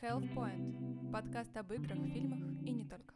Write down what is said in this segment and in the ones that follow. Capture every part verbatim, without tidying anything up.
Health Point. Подкаст об играх, фильмах и не только.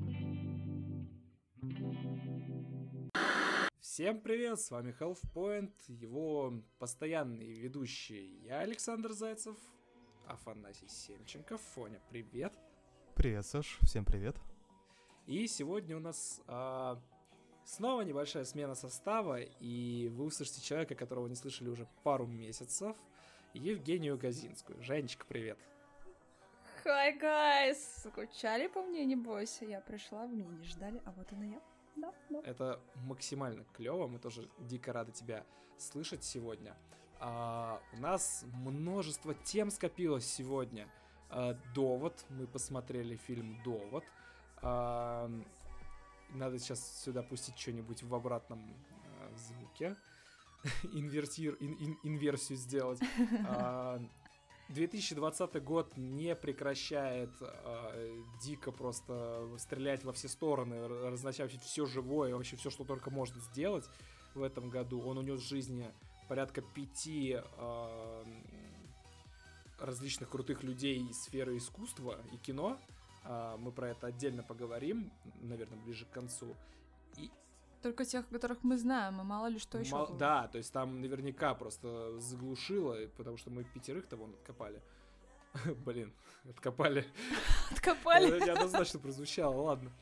Всем привет, с вами Health Point, его постоянный ведущий я, Александр Зайцев, Афанасий Семченко. Фоня, привет. Привет, Саш, всем привет. И сегодня у нас а, снова небольшая смена состава, и вы услышите человека, которого не слышали уже пару месяцев, Евгению Газинскую. Женечка, привет. Hi, guys! Скучали по мне, не бойся, я пришла, вы меня не ждали, а вот она я. Да, да. Это максимально клево, мы тоже дико рады тебя слышать сегодня. А, у нас множество тем скопилось сегодня. А, «Довод», мы посмотрели фильм «Довод». А, надо сейчас сюда пустить что-нибудь в обратном а, звуке. Инвертир, ин, ин, инверсию сделать. А, две тысячи двадцатый год не прекращает э, дико просто стрелять во все стороны, разносять все живое, вообще все, что только можно сделать в этом году. Он унес в жизни порядка пяти э, различных крутых людей из сферы искусства и кино. Э, мы про это отдельно поговорим, наверное, ближе к концу. И Только тех, которых мы знаем, и мало ли что еще Мал... было. Да, то есть там наверняка просто заглушило, потому что мы пятерых-то вон откопали. Блин, откопали. Откопали? Неоднозначно прозвучало, ладно.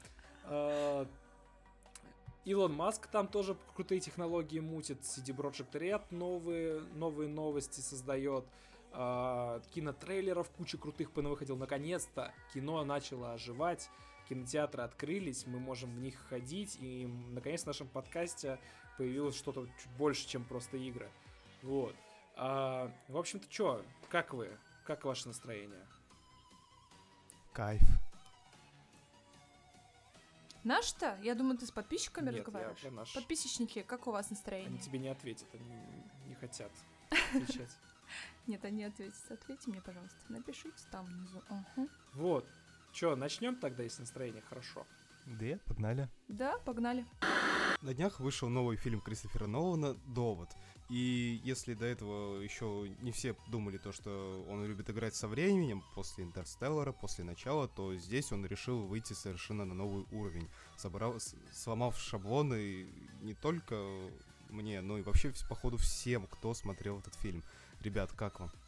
Илон Маск там тоже крутые технологии мутит, си ди Projekt Red новые, новые новости создает, кинотрейлеров куча крутых понавыходил. Наконец-то кино начало оживать. Кинотеатры открылись, мы можем в них ходить, и, наконец, в нашем подкасте появилось что-то чуть больше, чем просто игры. Вот. А, в общем-то, чё, как вы? Как ваше настроение? Кайф. Наш-то? Я думаю, ты с подписчиками Нет, разговариваешь? я про наш. Подписчики, как у вас настроение? Они тебе не ответят, они не хотят отвечать. Нет, они ответят. Ответьте мне, пожалуйста. Напишите там внизу. Угу. Вот. Чё, начнем тогда, если настроение хорошо? Да, погнали. Да, погнали. На днях вышел новый фильм Кристофера Нолана «Довод». И если до этого еще не все думали то, что он любит играть со временем, после «Интерстеллара», после «Начала», то здесь он решил выйти совершенно на новый уровень, собрал, сломав шаблоны не только мне, но и вообще, походу, всем, кто смотрел этот фильм. Ребят, как вам?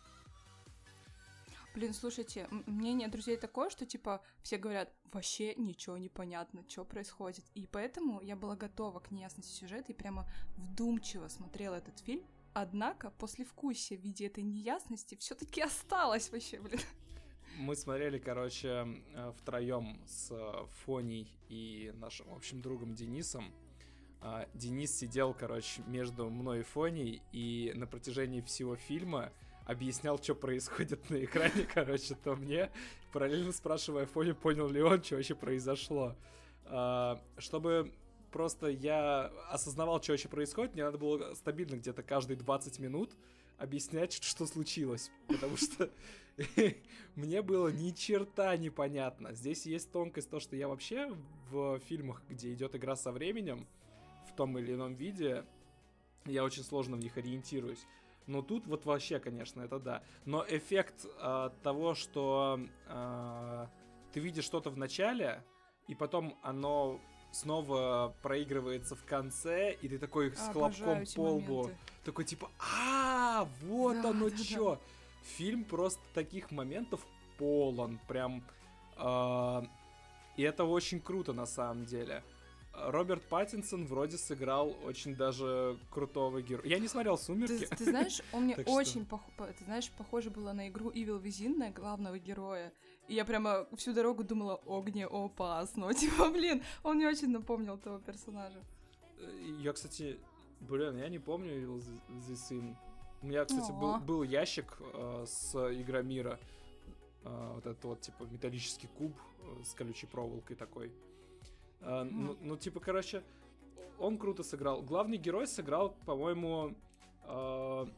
Блин, слушайте, м- мнение друзей такое, что, типа, все говорят, вообще ничего не понятно, что происходит. И поэтому я была готова к неясности сюжета и прямо вдумчиво смотрела этот фильм. Однако послевкусие в виде этой неясности все-таки осталось вообще, блин. Мы смотрели, короче, втроем с Фоней и нашим общим другом Денисом. Денис сидел, короче, между мной и Фоней, и на протяжении всего фильма объяснял, что происходит на экране, короче, то мне, параллельно спрашивая Фоню, понял ли он, что вообще произошло. А, чтобы просто я осознавал, что вообще происходит, мне надо было стабильно где-то каждые двадцать минут объяснять, что случилось, потому что мне было ни черта непонятно. Здесь есть тонкость, то, что я вообще в фильмах, где идет игра со временем, в том или ином виде, я очень сложно в них ориентируюсь. Но тут вот вообще, конечно, это да. Но эффект э, того, что э, ты видишь что-то в начале, и потом оно снова проигрывается в конце, и ты такой с хлопком по лбу, такой типа, а, вот да, оно да, чё. Да. Фильм просто таких моментов полон, прям. Э, и это очень круто на самом деле. Роберт Паттинсон вроде сыграл очень даже крутого героя. Я не смотрел «Сумерки». Ты, ты знаешь, он мне Так очень пох... ты знаешь, похоже было на игру Evil Within, на главного героя. И я прямо всю дорогу думала, огне опасно. Типа, блин, он мне очень напомнил того персонажа. Я, кстати, блин, я не помню Evil Within. У меня, кстати, был, был ящик э, с Игромира. Э, вот этот вот, типа, металлический куб э, с колючей проволокой такой. Uh, mm. ну, ну, типа, короче, он круто сыграл. Главный герой сыграл, по-моему, uh,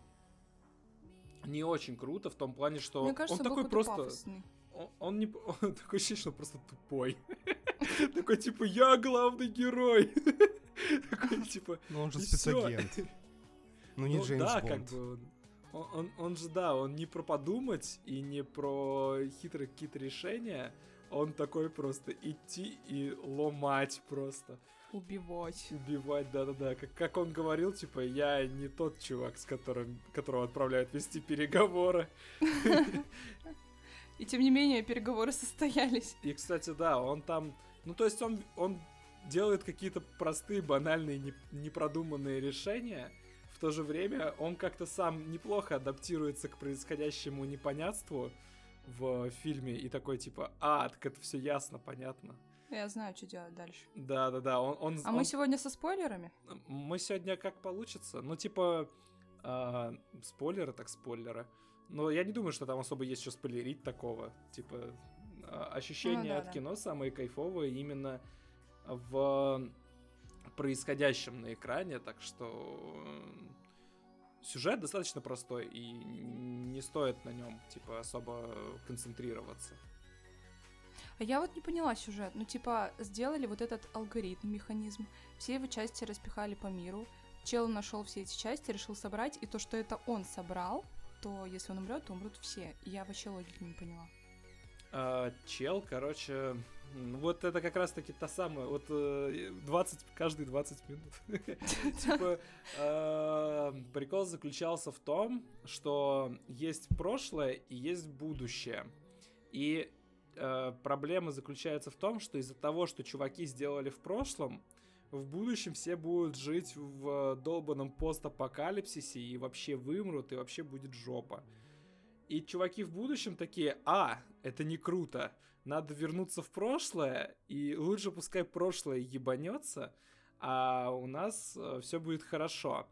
не очень круто, в том плане, что Мне кажется, он такой просто... Пафосный. Он, он не... Он такой ощущение, что он просто тупой. Такой, типа, я главный герой. Такой, типа... Ну, он же спецагент. Ну, не Джеймс Бонд. Да, как бы... Он, он, он же, да, он не про подумать и не про хитрые какие-то решения. Он такой просто идти и ломать просто. Убивать. Убивать, да-да-да. Как, как он говорил, типа, я не тот чувак, с которым, которого отправляют вести переговоры. И тем не менее, переговоры состоялись. И, кстати, да, он там... Ну, то есть он, он делает какие-то простые, банальные, не, непродуманные решения. В то же время он как-то сам неплохо адаптируется к происходящему непонятству в фильме. И такой, типа, а, так это все ясно, понятно. Я знаю, что делать дальше. Да-да-да, он... он а он... мы сегодня со спойлерами? Мы сегодня как получится. Ну, типа, э, спойлеры так спойлеры. Но я не думаю, что там особо есть что спойлерить такого. Типа, ощущения ну, да, от да. кино самые кайфовые именно в происходящем на экране. Так что сюжет достаточно простой, и не стоит на нем, типа, особо концентрироваться. А я вот не поняла сюжет. Ну, типа, сделали вот этот алгоритм, механизм, все его части распихали по миру, чел нашел все эти части, решил собрать, и то, что это он собрал, то если он умрет, то умрут все. И я вообще логики не поняла. А, чел, короче, вот это как раз-таки та самая, вот двадцать, каждые двадцать минут. Типа, прикол заключался в том, что есть прошлое и есть будущее. И проблема заключается в том, что из-за того, что чуваки сделали в прошлом, в будущем все будут жить в долбанном постапокалипсисе и вообще вымрут, и вообще будет жопа. И чуваки в будущем такие: а, это не круто, надо вернуться в прошлое, и лучше пускай прошлое ебанется, а у нас все будет хорошо.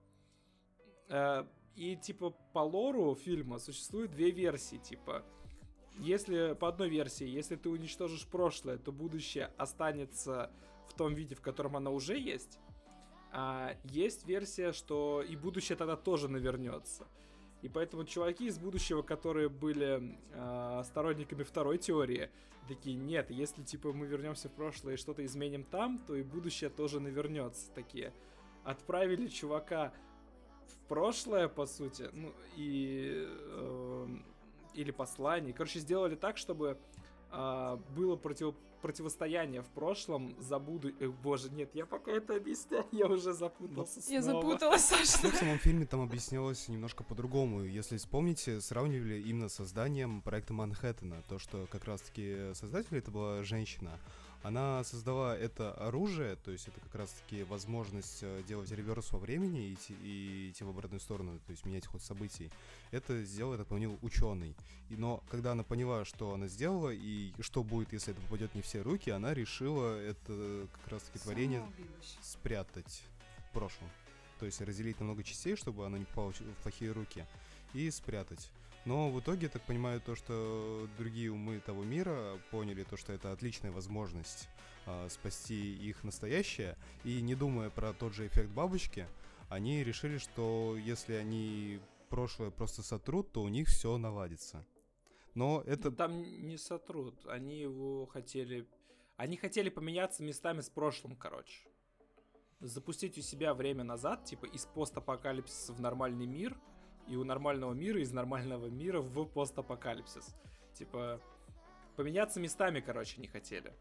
И типа по лору фильма существует две версии, типа... Если по одной версии, если ты уничтожишь прошлое, то будущее останется в том виде, в котором оно уже есть. А есть версия, что и будущее тогда тоже навернется. И поэтому чуваки из будущего, которые были э, сторонниками второй теории, такие: нет, если типа мы вернемся в прошлое и что-то изменим там, то и будущее тоже навернется. Такие отправили чувака в прошлое, по сути, ну и э, или послание. Короче, сделали так, чтобы э, было против, противостояние в прошлом за будущее. Э, боже, нет, я пока это объясняю, я уже запутался снова. Я запуталась, Саша. В самом фильме там объяснялось немножко по-другому. Если вспомните, сравнивали именно с созданием проекта Манхэттена. То, что как раз-таки создатель это была женщина. Она создала это оружие, то есть это как раз-таки возможность делать реверс во времени и идти, и идти в обратную сторону, то есть менять ход событий. Это сделал, это понял ученый. И, но когда она поняла, что она сделала и что будет, если это попадет не в все руки, она решила это как раз-таки творение спрятать в прошлом. То есть разделить на много частей, чтобы оно не попало в плохие руки, и спрятать. Но в итоге, так понимаю, то, что другие умы того мира поняли, то, что это отличная возможность э, спасти их настоящее, и не думая про тот же эффект бабочки, они решили, что если они прошлое просто сотрут, то у них все наладится. Но это... Там не сотрут, они его хотели... Они хотели поменяться местами с прошлым, короче. Запустить у себя время назад, типа из постапокалипсиса в нормальный мир, и у нормального мира из нормального мира в постапокалипсис. Типа, поменяться местами, короче, не хотели.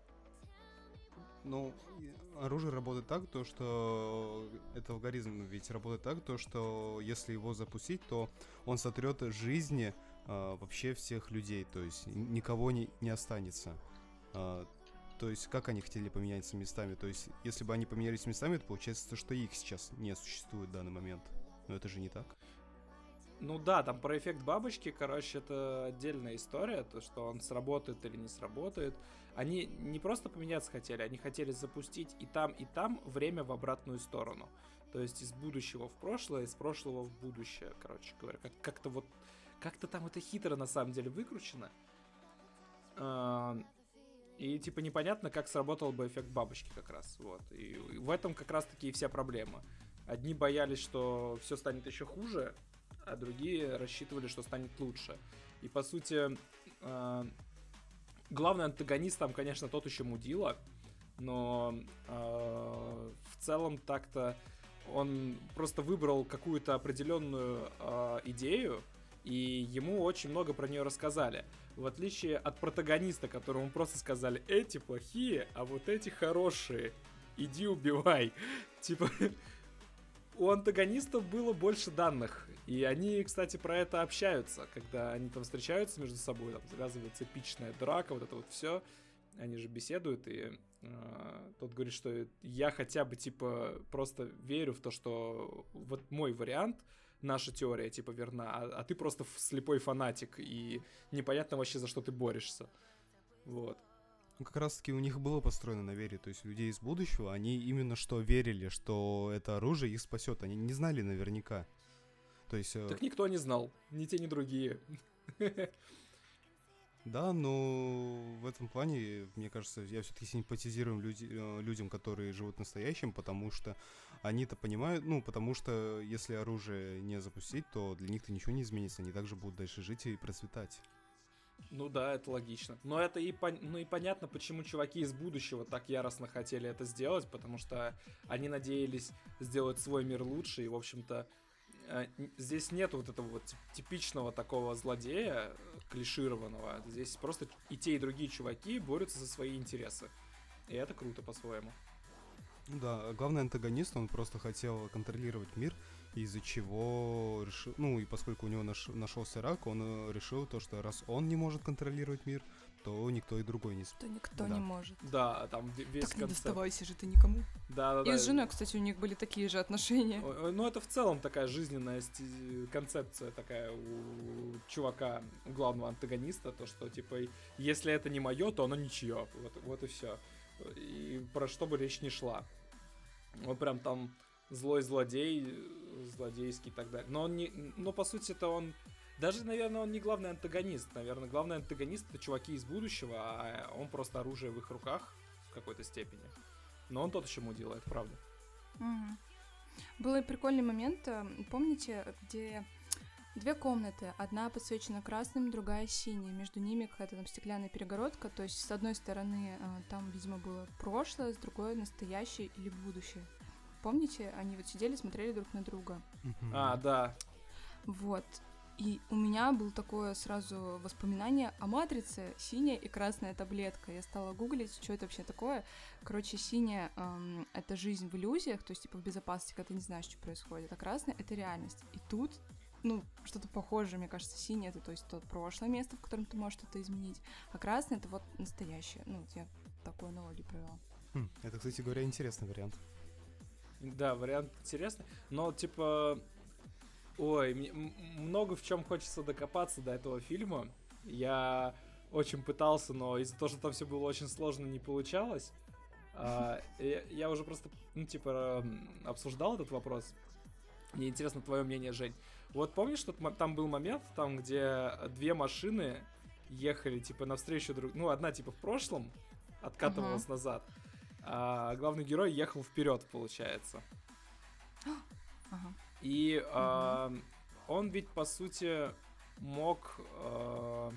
Ну, оружие работает так, то что... Это алгоритм ведь работает так, то что если его запустить, то он сотрет жизни а, вообще всех людей, то есть никого не, не останется. А, то есть как они хотели поменяться местами? То есть если бы они поменялись местами, то получается, что их сейчас не существует в данный момент. Но это же не так. Ну да, там про эффект бабочки, короче, это отдельная история, то, что он сработает или не сработает. Они не просто поменяться хотели, они хотели запустить и там, и там время в обратную сторону. То есть из будущего в прошлое, из прошлого в будущее, короче говоря. Как- как-то вот, как-то там это хитро на самом деле выкручено. И типа непонятно, как сработал бы эффект бабочки как раз. Вот. И в этом как раз-таки и вся проблема. Одни боялись, что все станет еще хуже, а другие рассчитывали, что станет лучше. И, по сути, э, главный антагонист там, конечно, тот еще мудила, но э, в целом так-то он просто выбрал какую-то определенную э, идею, и ему очень много про нее рассказали. В отличие от протагониста, которому просто сказали: эти плохие, а вот эти хорошие. Иди убивай. Типа, у антагонистов было больше данных. И они, кстати, про это общаются. Когда они там встречаются между собой, там завязывается эпичная драка, вот это вот все. Они же беседуют, и э, тот говорит, что я хотя бы, типа, просто верю в то, что вот мой вариант, наша теория, типа, верна, а, а ты просто слепой фанатик, и непонятно вообще, за что ты борешься. Вот. Ну, как раз-таки у них было построено на вере, то есть людей из будущего, они именно что верили, что это оружие их спасет, они не знали наверняка. То есть... Так никто не знал, ни те, ни другие. Да, но в этом плане, мне кажется, я все-таки симпатизирую люди, людям, которые живут настоящим, потому что они-то понимают, ну, потому что если оружие не запустить, то для них-то ничего не изменится, они также будут дальше жить и процветать. Ну да, это логично. Но это и, пон- ну и понятно, почему чуваки из будущего так яростно хотели это сделать, потому что они надеялись сделать свой мир лучше, и, в общем-то, здесь нет вот этого вот типичного такого злодея, клишированного. Здесь просто и те, и другие чуваки борются за свои интересы. И это круто по-своему. Да, главный антагонист, он просто хотел контролировать мир, из-за чего решил, ну и поскольку у него наш, нашелся рак, он решил то, что раз он не может контролировать мир, то никто и другой не сможет. То никто да. не может. Да, там весь так концепт. не доставайся же ты никому. Да, да, да. И с женой, кстати, у них были такие же отношения. Ну, это в целом такая жизненная концепция такая у чувака, у главного антагониста, то, что, типа, если это не мое, то оно ничье. Вот, вот и все. И про что бы речь не шла. Вот прям там злой злодей, злодейский и так далее. Но он не... Но, по сути, это он... Даже, наверное, он не главный антагонист. Наверное, главный антагонист — это чуваки из будущего, а он просто оружие в их руках в какой-то степени. Но он тот еще мудила, это правда. Mm. Был и прикольный момент, помните, где две комнаты, одна подсвечена красным, другая синяя, между ними какая-то там стеклянная перегородка, то есть с одной стороны там, видимо, было прошлое, с другой — настоящее или будущее. Помните, они вот сидели, смотрели друг на друга. Mm-hmm. А, да. Вот. И у меня было такое сразу воспоминание о матрице, синяя и красная таблетка. Я стала гуглить, что это вообще такое. Короче, синяя эм, — это жизнь в иллюзиях, то есть типа в безопасности, когда ты не знаешь, что происходит, а красная — это реальность. И тут, ну, что-то похожее, мне кажется. Синяя — это, то есть, то прошлое место, в котором ты можешь что-то изменить, а красная — это вот настоящее. Ну, вот я такую аналогию провела. Хм, это, кстати говоря, интересный вариант. Да, вариант интересный, но, типа... Ой, мне много в чем хочется докопаться до этого фильма. Я очень пытался, но из-за того, что там все было очень сложно, не получалось. А, я, я уже просто, ну, типа, обсуждал этот вопрос. Мне интересно твое мнение, Жень. Вот помнишь, что там был момент, там, где две машины ехали, типа, навстречу друг... Ну, одна, типа, в прошлом откатывалась uh-huh. назад, а главный герой ехал вперед, получается. Ага. И угу. э, он ведь, по сути, мог, э,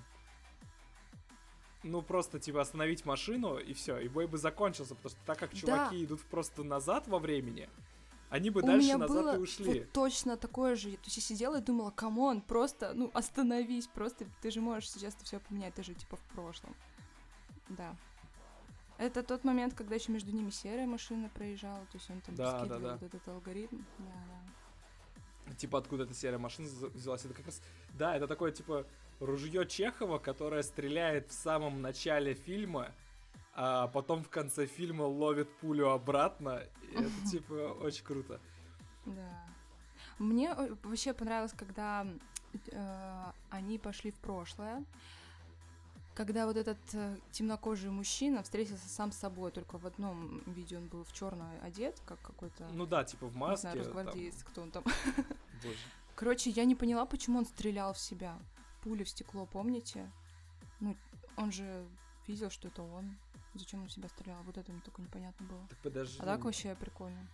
ну, просто, типа, остановить машину, и все, и бой бы закончился, потому что так как чуваки да. идут просто назад во времени, они бы У дальше меня назад было и ушли. Вот точно такое же. То есть я сидела и думала, камон, просто, ну, остановись, просто ты же можешь сейчас это все поменять, ты же, типа, в прошлом. Да. Это тот момент, когда еще между ними серая машина проезжала, то есть он там да, скидывал да, да. вот этот алгоритм. Да, да. Типа, откуда эта серая машина взялась. Это как раз... Да, это такое, типа, ружье Чехова, которое стреляет в самом начале фильма, а потом в конце фильма ловит пулю обратно. И это, типа, очень круто. Да. Мне вообще понравилось, когда э, они пошли в прошлое, когда вот этот э, темнокожий мужчина встретился сам с собой, только в одном видео он был в черно одет, как какой-то... Ну да, типа в маске. Не знаю, росгвардеец, там... кто он там. Боже. Короче, я не поняла, почему он стрелял в себя. Пуля в стекло, помните? Ну, он же видел, что это он. Зачем он в себя стрелял? Вот это мне только непонятно было. Так подожди. А так вообще прикольно.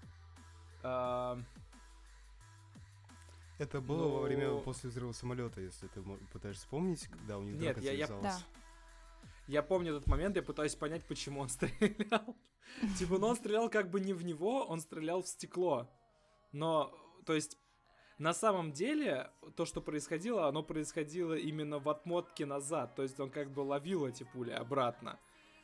А... Это было Но... во время после взрыва самолета, если ты пытаешься вспомнить, когда у них Нет, драка я, завязалась. Я... Да. Я помню этот момент, я пытаюсь понять, почему он стрелял. Типа, но он стрелял как бы не в него, он стрелял в стекло. но, то есть, на самом деле, то, что происходило, оно происходило именно в отмотке назад, то есть он как бы ловил эти пули обратно.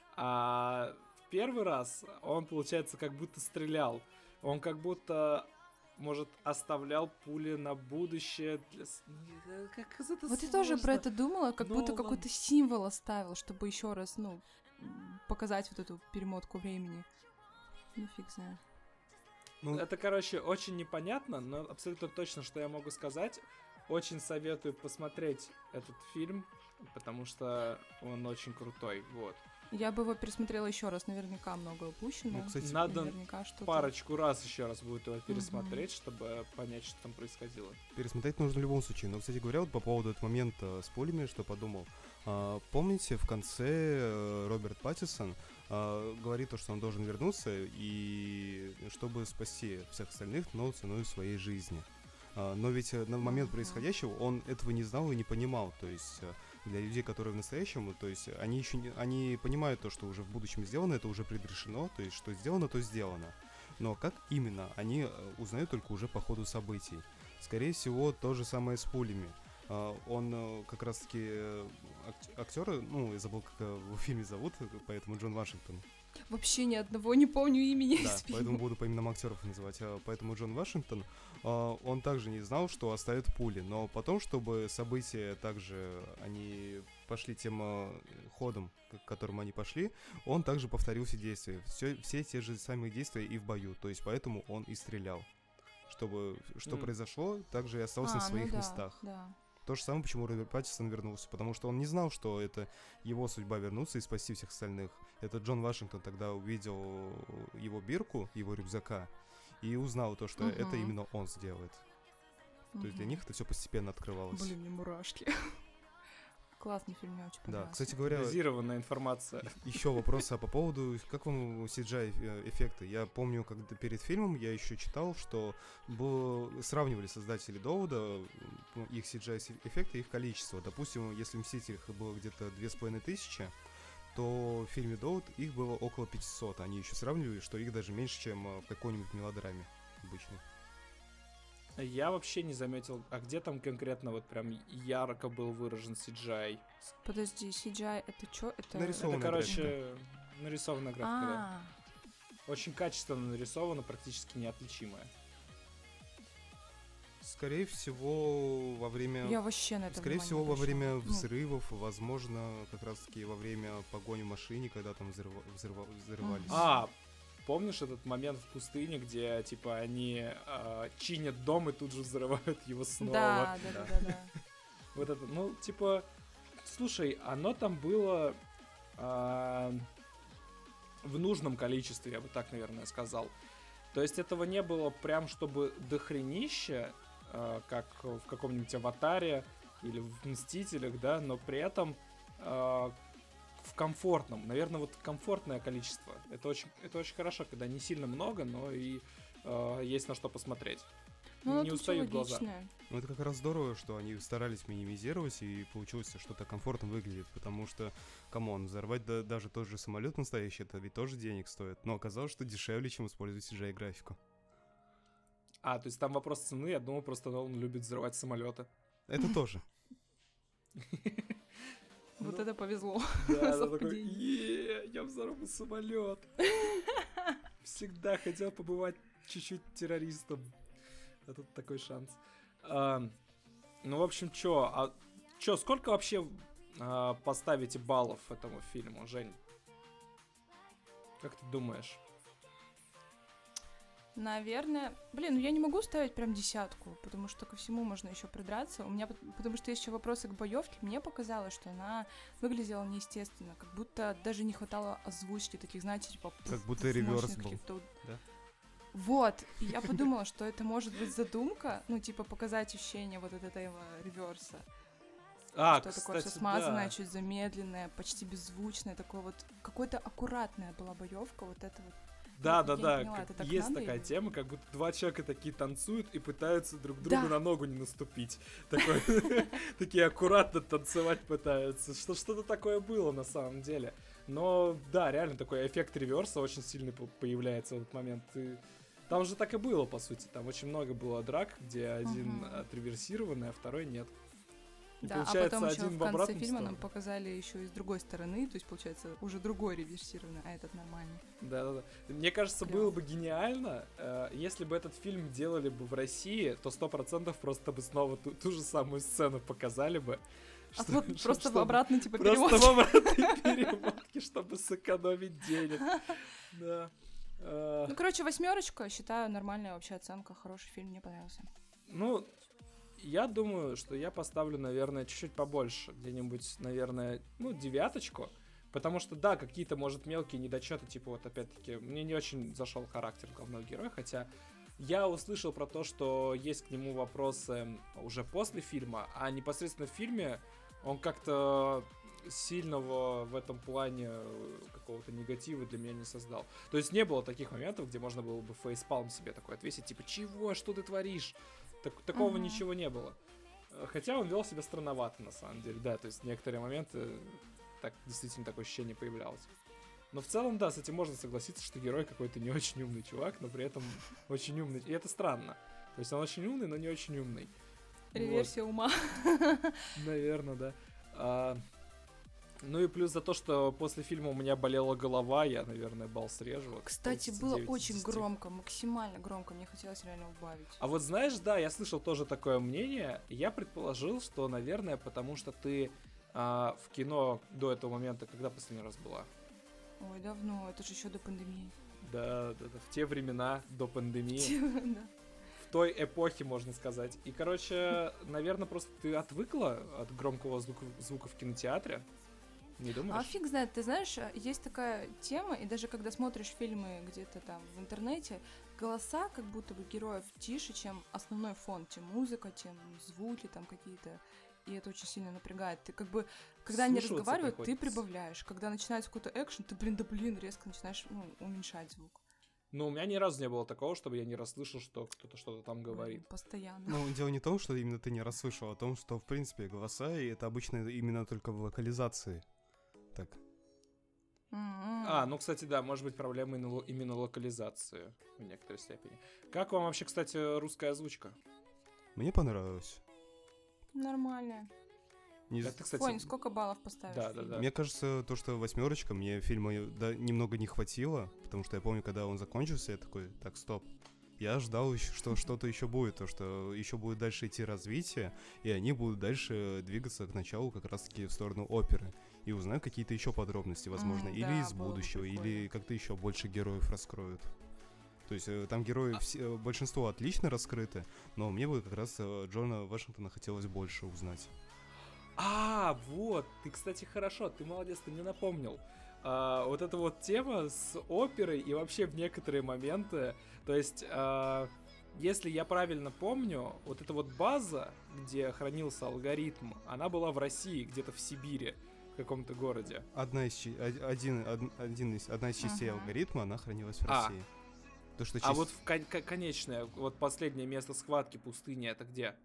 А в первый раз он, получается, как будто стрелял. Он как будто, может, оставлял пули на будущее. Для... Как это Вот сложно. я тоже про это думала, как Но будто он- какой-то символ оставил, чтобы еще раз, ну, м, показать вот эту перемотку времени. Ну, фиг знает. Ну, Это, короче, очень непонятно, но абсолютно точно, что я могу сказать. Очень советую посмотреть этот фильм, потому что он очень крутой, вот. Я бы его пересмотрела еще раз, наверняка много упущено. Ну, кстати, Надо наверняка что-то. парочку раз еще раз будет его пересмотреть, чтобы понять, что там происходило. пересмотреть нужно в любом случае. Но, кстати говоря, вот по поводу этого момента с пулями, что подумал. А, помните, в конце э, Роберт Паттинсон а, говорит то, что он должен вернуться, и чтобы спасти всех остальных, но ценой своей жизни. А, но ведь э, на момент Мгм. происходящего он этого не знал и не понимал. То есть э, для людей, которые в настоящем, то есть они еще не, они понимают то, что уже в будущем сделано, это уже предрешено, то есть что сделано, то сделано. Но как именно, они э, узнают только уже по ходу событий. Скорее всего, то же самое с пулями. А, Он э, как раз-таки э, ак- актер, ну, я забыл, как его в фильме зовут, поэтому Джон Вашингтон. Вообще ни одного не помню имени Да, из фильма. поэтому буду по именам актеров называть. А, Поэтому Джон Вашингтон, а, он также не знал, что оставят пули. Но потом, чтобы события также, они пошли тем э, ходом, к которым они пошли, он также повторил все действия. Все, все те же самые действия и в бою. То есть поэтому он и стрелял. Чтобы что М. произошло, также и остался А, на ну своих да, местах. Да. То же самое, почему Роберт Паттинсон вернулся, потому что он не знал, что это его судьба вернуться и спасти всех остальных. Это Джон Вашингтон тогда увидел его бирку, его рюкзака, и узнал то, что это Мгм. именно он сделает. То есть для Мгм. них это все постепенно открывалось. Блин, мне мурашки. Классный фильм, мне очень Да, понравился. кстати говоря, Дозированная информация. еще вопрос а по поводу, как вам си джи ай-эффекты? Я помню, когда перед фильмом я еще читал, что было, сравнивали создатели Довода, ну, их си джи ай-эффекты и их количество. Допустим, если в «Мстителях» было где-то две с половиной тысячи, то в фильме Довод их было около пятисот. Они еще сравнивали, что их даже меньше, чем а, в какой-нибудь мелодраме обычной. Я вообще не заметил, а где там конкретно вот прям ярко был выражен си джи ай? Подожди, си джи ай это что? Это... Это, Нарисованная короче, нарисованная графика, да. А, Очень качественно нарисована, практически неотличимая. Скорее всего, во время... я вообще на это Скорее внимание всего, не во обращала. время Ну, взрывов, возможно, как раз-таки во время погони в машине, когда там взрыва- взрыва- взрывались. Мгм. А, помнишь этот момент в пустыне, где, типа, они а, чинят дом и тут же взрывают его снова? Да, да, да, да, да. Вот это, ну, типа, слушай, оно там было а, в нужном количестве, я бы так, наверное, сказал. То есть этого не было прям, чтобы дохренища, а, как в каком-нибудь «Аватаре» или в «Мстителях», да, но при этом а, в комфортном, наверное, вот комфортное количество. Это очень, это очень хорошо, когда не сильно много, но и а, есть на что посмотреть. Ну, Не это всё устают глаза. логично. Ну, это как раз здорово, что они старались минимизировать, и получилось, что это комфортно выглядит, потому что, камон, взорвать да- даже тот же самолет настоящий, это ведь тоже денег стоит, но оказалось, что дешевле, чем использовать си джи ай-графику. А, то есть там вопрос цены, я думал, просто он любит взрывать самолеты. Это тоже. Вот Ну, это повезло. Да, да, такой, совпадение. «Е, я взорву самолет. Всегда хотел побывать чуть-чуть террористом. А тут такой шанс. А, ну, в общем, чё, а чё, сколько вообще а, поставите баллов этому фильму, Жень? Как ты думаешь? Наверное, блин, ну я не могу ставить прям десятку, потому что ко всему можно еще придраться. У меня, пот- потому что есть еще вопросы к боевке. Мне показалось, что она выглядела неестественно, как будто даже не хватало озвучки таких, знаете, типа Как будто пуф, реверс мощных был, каких-то. да? Вот, и я подумала, что это может быть задумка, ну типа показать ощущение вот от этого реверса. А, что такое кстати, все смазанное, да. чуть замедленное, почти беззвучное, такое вот какое-то аккуратная была боевка, вот это вот. Да, Я да, не да. поняла, как- это так есть надо такая или- тема, как будто два человека такие танцуют и пытаются друг другу Да. на ногу не наступить. Такой, такие аккуратно танцевать пытаются. Что, что-то такое было на самом деле. Но да, реально такой эффект реверса очень сильный по- появляется в этот момент. Ты Там же так и было, по сути. Там очень много было драк, где один Мгм. отреверсированный, а второй нет. И Да, а получается, потом еще один в в конце обратную фильма сторону. нам показали еще и с другой стороны, то есть, получается, уже другой реверсированный, а этот нормальный. Да-да-да. Мне кажется, Клёво. было бы гениально, э, если бы этот фильм делали бы в России, то сто процентов просто бы снова ту, ту же самую сцену показали бы. А что- вот что- просто в чтобы- обратной, типа, Просто в перемотке. обратной перемотке, чтобы сэкономить денег. Да. Э, Ну, короче, восьмерочка, считаю, нормальная вообще оценка, хороший фильм, мне понравился. Ну, я думаю, что я поставлю, наверное, чуть-чуть побольше. Где-нибудь, наверное, ну, девяточку. Потому что, да, какие-то, может, мелкие недочеты, типа, вот, опять-таки, мне не очень зашел характер главного героя, хотя я услышал про то, что есть к нему вопросы уже после фильма, а непосредственно в фильме он как-то сильного в этом плане какого-то негатива для меня не создал. То есть не было таких моментов, где можно было бы фейспалм себе такой отвесить, типа, чего, что ты творишь? Так, такого Мгм. ничего не было. Э, Хотя он вел себя странновато, на самом деле, да, то есть некоторые моменты так действительно такое ощущение появлялось. Но в целом, да, с этим можно согласиться, что герой какой-то не очень умный чувак, но при этом очень умный. И это странно. То есть он очень умный, но не очень умный. Реверсия ума. Наверное, да. А, ну и плюс за то, что после фильма у меня болела голова, я, наверное, бал срежу. Вот Кстати, получится было девять из очень десяти. громко, максимально громко, мне хотелось реально убавить. А вот знаешь, да, я слышал тоже такое мнение. Я предположил, что, наверное, потому что ты а, в кино до этого момента, когда последний раз была? Ой, давно, это же еще до пандемии. Да, да, да, в те времена, до пандемии. Да. В той эпохе, можно сказать. И, короче, наверное, просто ты отвыкла от громкого звука, звука в кинотеатре? Не думаешь? А фиг знает, ты знаешь, есть такая тема, и даже когда смотришь фильмы где-то там в интернете, голоса как будто бы героев тише, чем основной фон, чем музыка, чем звуки там какие-то, и это очень сильно напрягает. Ты как бы, когда они Вслушиваться разговаривают, ты приходится. прибавляешь, когда начинается какой-то экшен, ты, блин, да блин, резко начинаешь, ну, уменьшать звук. Ну, у меня ни разу не было такого, чтобы я не расслышал, что кто-то что-то там Блин, говорит. Постоянно. Ну, дело не в том, что именно ты не расслышал, а в том, что, в принципе, голоса, и это обычно именно только в локализации. Так. М-м. А, ну, кстати, да, может быть проблема именно ло- именно локализации в некоторой степени. Как вам вообще, кстати, русская озвучка? Мне понравилось. Нормально. Не з- Это, кстати, Фонь, сколько баллов поставишь? Да, да, фильму? да. Мне кажется, то, что восьмерочка, мне фильма да, немного не хватило, потому что я помню, когда он закончился, я такой, так, стоп. Я ждал, ещё, что что-то еще будет, то, что еще будет дальше идти развитие, и они будут дальше двигаться к началу как раз-таки в сторону оперы. И узнаю какие-то еще подробности, возможно, М, или да, из было бы будущего, или прикольно. как-то еще больше героев раскроют. То есть э, там герои, все, э, большинство отлично раскрыты, но мне бы как раз э, Джона Вашингтона хотелось больше узнать. А, вот, ты, кстати, хорошо, ты молодец, ты мне напомнил. А, вот эта вот тема с оперой и вообще в некоторые моменты, то есть, а, если я правильно помню, вот эта вот база, где хранился алгоритм, она была в России, где-то в Сибири, в каком-то городе. Одна из, чи- од- один, од- один из, одна из частей Ага. алгоритма, она хранилась в А. России. То, что А часть- вот в кон- кон- конечное, вот последнее место схватки пустыни, это где?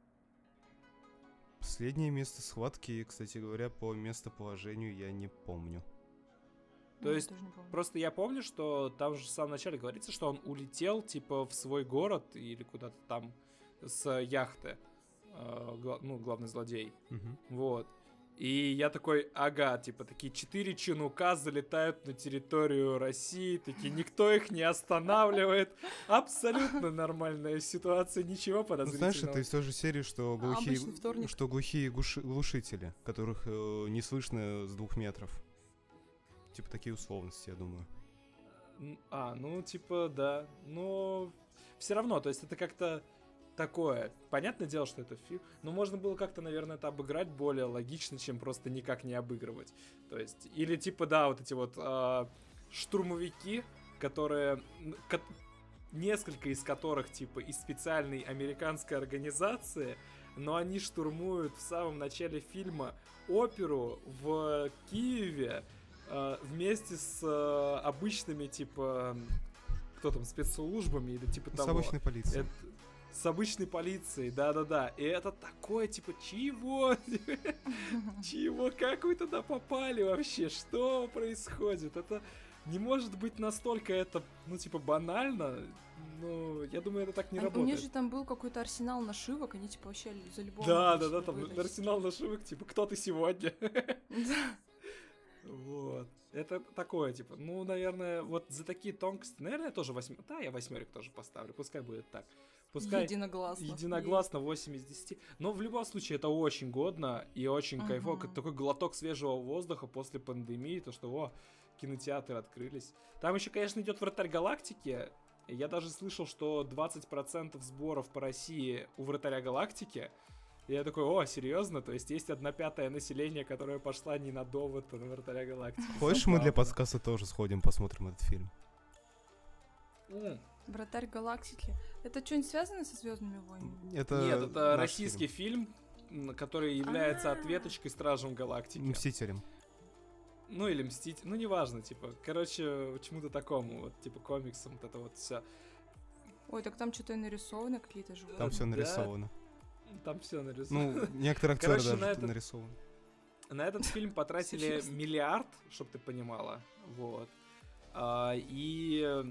Последнее место схватки, кстати говоря, по местоположению я не помню. То Я есть тоже не помню. Просто я помню, что там же в самом начале говорится, что он улетел, типа, в свой город или куда-то там с яхты, э, гла- ну, главный злодей. Мгм. Вот. И я такой, ага, типа, такие четыре чинука залетают на территорию России, такие, никто их не останавливает. Абсолютно нормальная ситуация, ничего Ну, подозрительного. знаешь, это из той же серии, что А, глухие, обычный вторник. что глухие глуши- глушители, которых э, не слышно с двух метров. Типа такие условности, я думаю. М, А, ну, типа, да. Но все равно, то есть это как-то такое. Понятное дело, что это фильм, но можно было как-то, наверное, это обыграть более логично, чем просто никак не обыгрывать. То есть, или типа, да, вот эти вот а, штурмовики, которые... н- ко- несколько из которых, типа, из специальной американской организации, но они штурмуют в самом начале фильма оперу в Киеве, э, вместе с э, обычными, типа, кто там, спецслужбами или типа С того. обычной полицией. Это- с обычной полицией, да-да-да. И это такое, типа, чего? Чего? Как вы туда попали вообще? Что происходит? Это не может быть настолько это, ну, типа, банально. Ну, я думаю, это так не А, работает. У них же там был какой-то арсенал нашивок, они типа вообще за любого... Да, могли да, да, себе там выдать. арсенал нашивок, типа, кто ты сегодня? Да. Вот. Это такое, типа, ну, наверное, вот за такие тонкости, наверное, я тоже восьмерик, да, я восьмерик тоже поставлю, пускай будет так. Пускай Единогласно. единогласно восемь из десяти. Но в любом случае это очень годно и очень Мгм. кайфово, как такой глоток свежего воздуха после пандемии, то что, о, кинотеатры открылись. Там еще, конечно, идет Вратарь Галактики. Я даже слышал, что двадцать процентов сборов по России у Вратаря Галактики. И я такой, о, серьезно? То есть есть одна пятая населения, которая пошла не на довод, а на Вратаря Галактики. Хочешь, мы для Забавно. подкаста тоже сходим, посмотрим этот фильм? М. Вратарь Галактики. Это что-нибудь связано со Звездными войнами? Это Нет, это наш российский фильм, м, который является А. ответочкой Стражам Галактики. фильм. Мстителем. Ну или Мститель, ну неважно, типа, короче, чему-то такому, вот, типа комиксам, вот это вот все. Ой, так там что-то и нарисовано, какие-то животные. Там все Да. нарисовано. Там все нарисовано. Ну, некоторые актеры Короче, даже на это- нарисованы. На этот фильм потратили Серьезно? миллиард, чтобы ты понимала, вот. А, и э,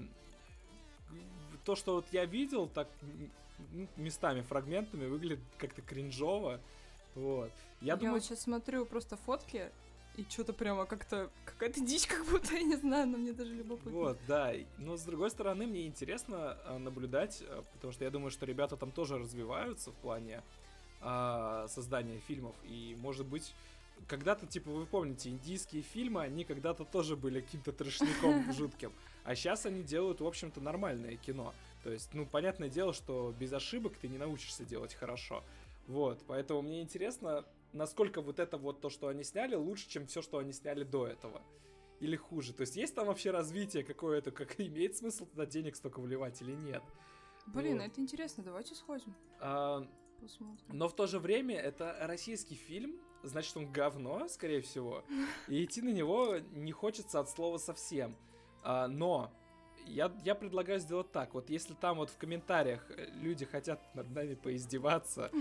то, что вот я видел, так м, м, местами, фрагментами, выглядит как-то кринжово, вот. Я, Я, думаю, вот сейчас смотрю просто фотки, и что-то прямо как-то... Какая-то дичь, как будто, я не знаю, но мне даже любопытно. вот, да. и- Но с другой стороны, мне интересно а, наблюдать, а, потому что я думаю, что ребята там тоже развиваются в плане а, создания фильмов. И, может быть, когда-то, типа, вы помните, индийские фильмы, они когда-то тоже были каким-то трешником жутким. А сейчас они делают, в общем-то, нормальное кино. То есть, ну, понятное дело, что без ошибок ты не научишься делать хорошо. Вот, поэтому мне интересно, насколько вот это вот то, что они сняли, лучше, чем все, что они сняли до этого. Или хуже. То есть есть там вообще развитие какое-то, как имеет смысл туда денег столько вливать или нет? Блин, Вот. это интересно, давайте сходим, А, посмотрим. но в то же время это российский фильм, значит он говно, скорее всего, и идти на него не хочется от слова совсем. А, но я, я предлагаю сделать так, вот если там вот в комментариях люди хотят над нами поиздеваться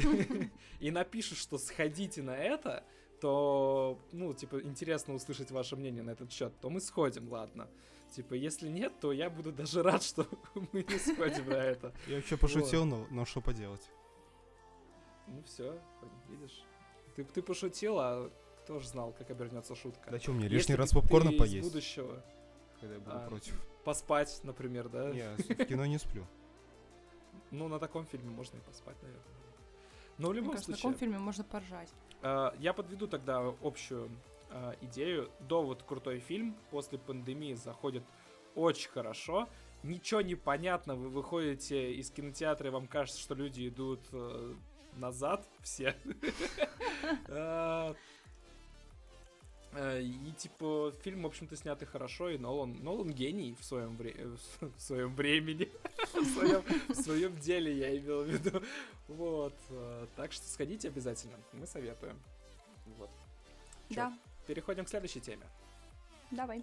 и напишут, что сходите на это, то, ну, типа, интересно услышать ваше мнение на этот счет, то мы сходим, ладно. Типа, если нет, то я буду даже рад, что мы не сходим на это. Я вообще пошутил, но, но что поделать? Ну все, видишь. Ты, ты пошутил, а кто ж знал, как обернется шутка. Да что, мне Если лишний раз ты- попкорна ты из поесть, будущего когда я буду а, против. поспать, например, да? Я в кино не сплю. Ну, на таком фильме можно и поспать, наверное. Но в Мне любом кажется, на случае, таком фильме можно поржать. э, я подведу тогда общую э, идею. Довод крутой фильм, после пандемии заходит очень хорошо. Ничего не понятно, вы выходите из кинотеатра, и вам кажется, что люди идут э, назад все. Э, э, И типа фильм, в общем-то, снятый хорошо, и Нолан, Нолан гений в своем, вре- в своем времени, в своем, в своем деле, я имел в виду. Вот. э, Так что сходите обязательно, мы советуем. Вот. Чё, Да, переходим к следующей теме. давай.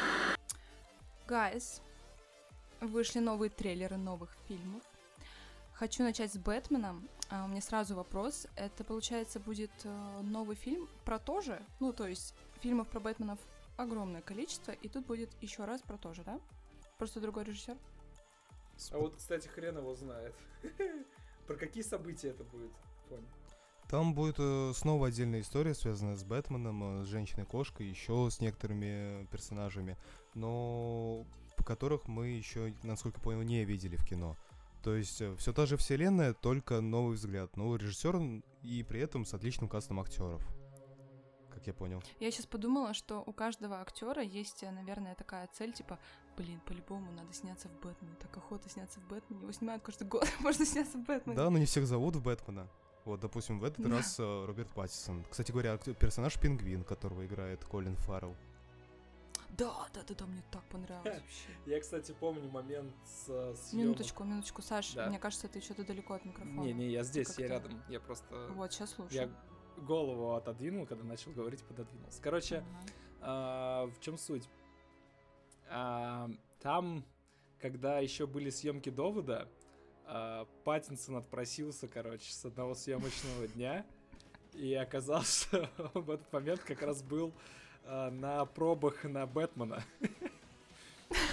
Guys, вышли новые трейлеры новых фильмов. Хочу начать с Бэтменом. А, у меня сразу вопрос. Это, получается, будет э, новый фильм про то же? Ну, то есть фильмов про Бэтменов огромное количество, и тут будет еще раз про то же, да? Просто другой режиссер? А вот, кстати, хрен его знает. Про какие события это будет? Понял. Там будет э, снова отдельная история, связанная с Бэтменом, э, с Женщиной-кошкой, еще с некоторыми персонажами, но по которых мы еще, насколько понял, не видели в кино. То есть все та же вселенная, только новый взгляд, новый режиссер и при этом с отличным кастом актеров, как я понял. Я сейчас подумала, что у каждого актера есть, э, наверное, такая цель, типа, блин, по-любому надо сняться в Бэтмене, так охота сняться в Бэтмене. Его снимают каждый год, можно сняться в Бэтмене. Да, но не всех зовут в Бэтмена. Вот, допустим, в этот Да. раз э, Роберт Паттинсон. Кстати говоря, актер- персонаж Пингвин, которого играет Колин Фаррелл. Да, да, да, да, мне так понравилось вообще. Я, кстати, помню момент с э, съемок. Минуточку, минуточку, Саш, Да. мне кажется, ты что-то далеко от микрофона. Не, не, я здесь, я как-то- рядом. Я просто... Вот, сейчас слушаю. Я голову отодвинул, когда начал говорить, пододвинулся. Короче, Ага. а, в чем суть? А, там, когда еще были съемки довода, а, Паттинсон отпросился, короче, с одного съемочного дня. И оказалось, что он в этот момент как раз был а, на пробах на Бэтмена.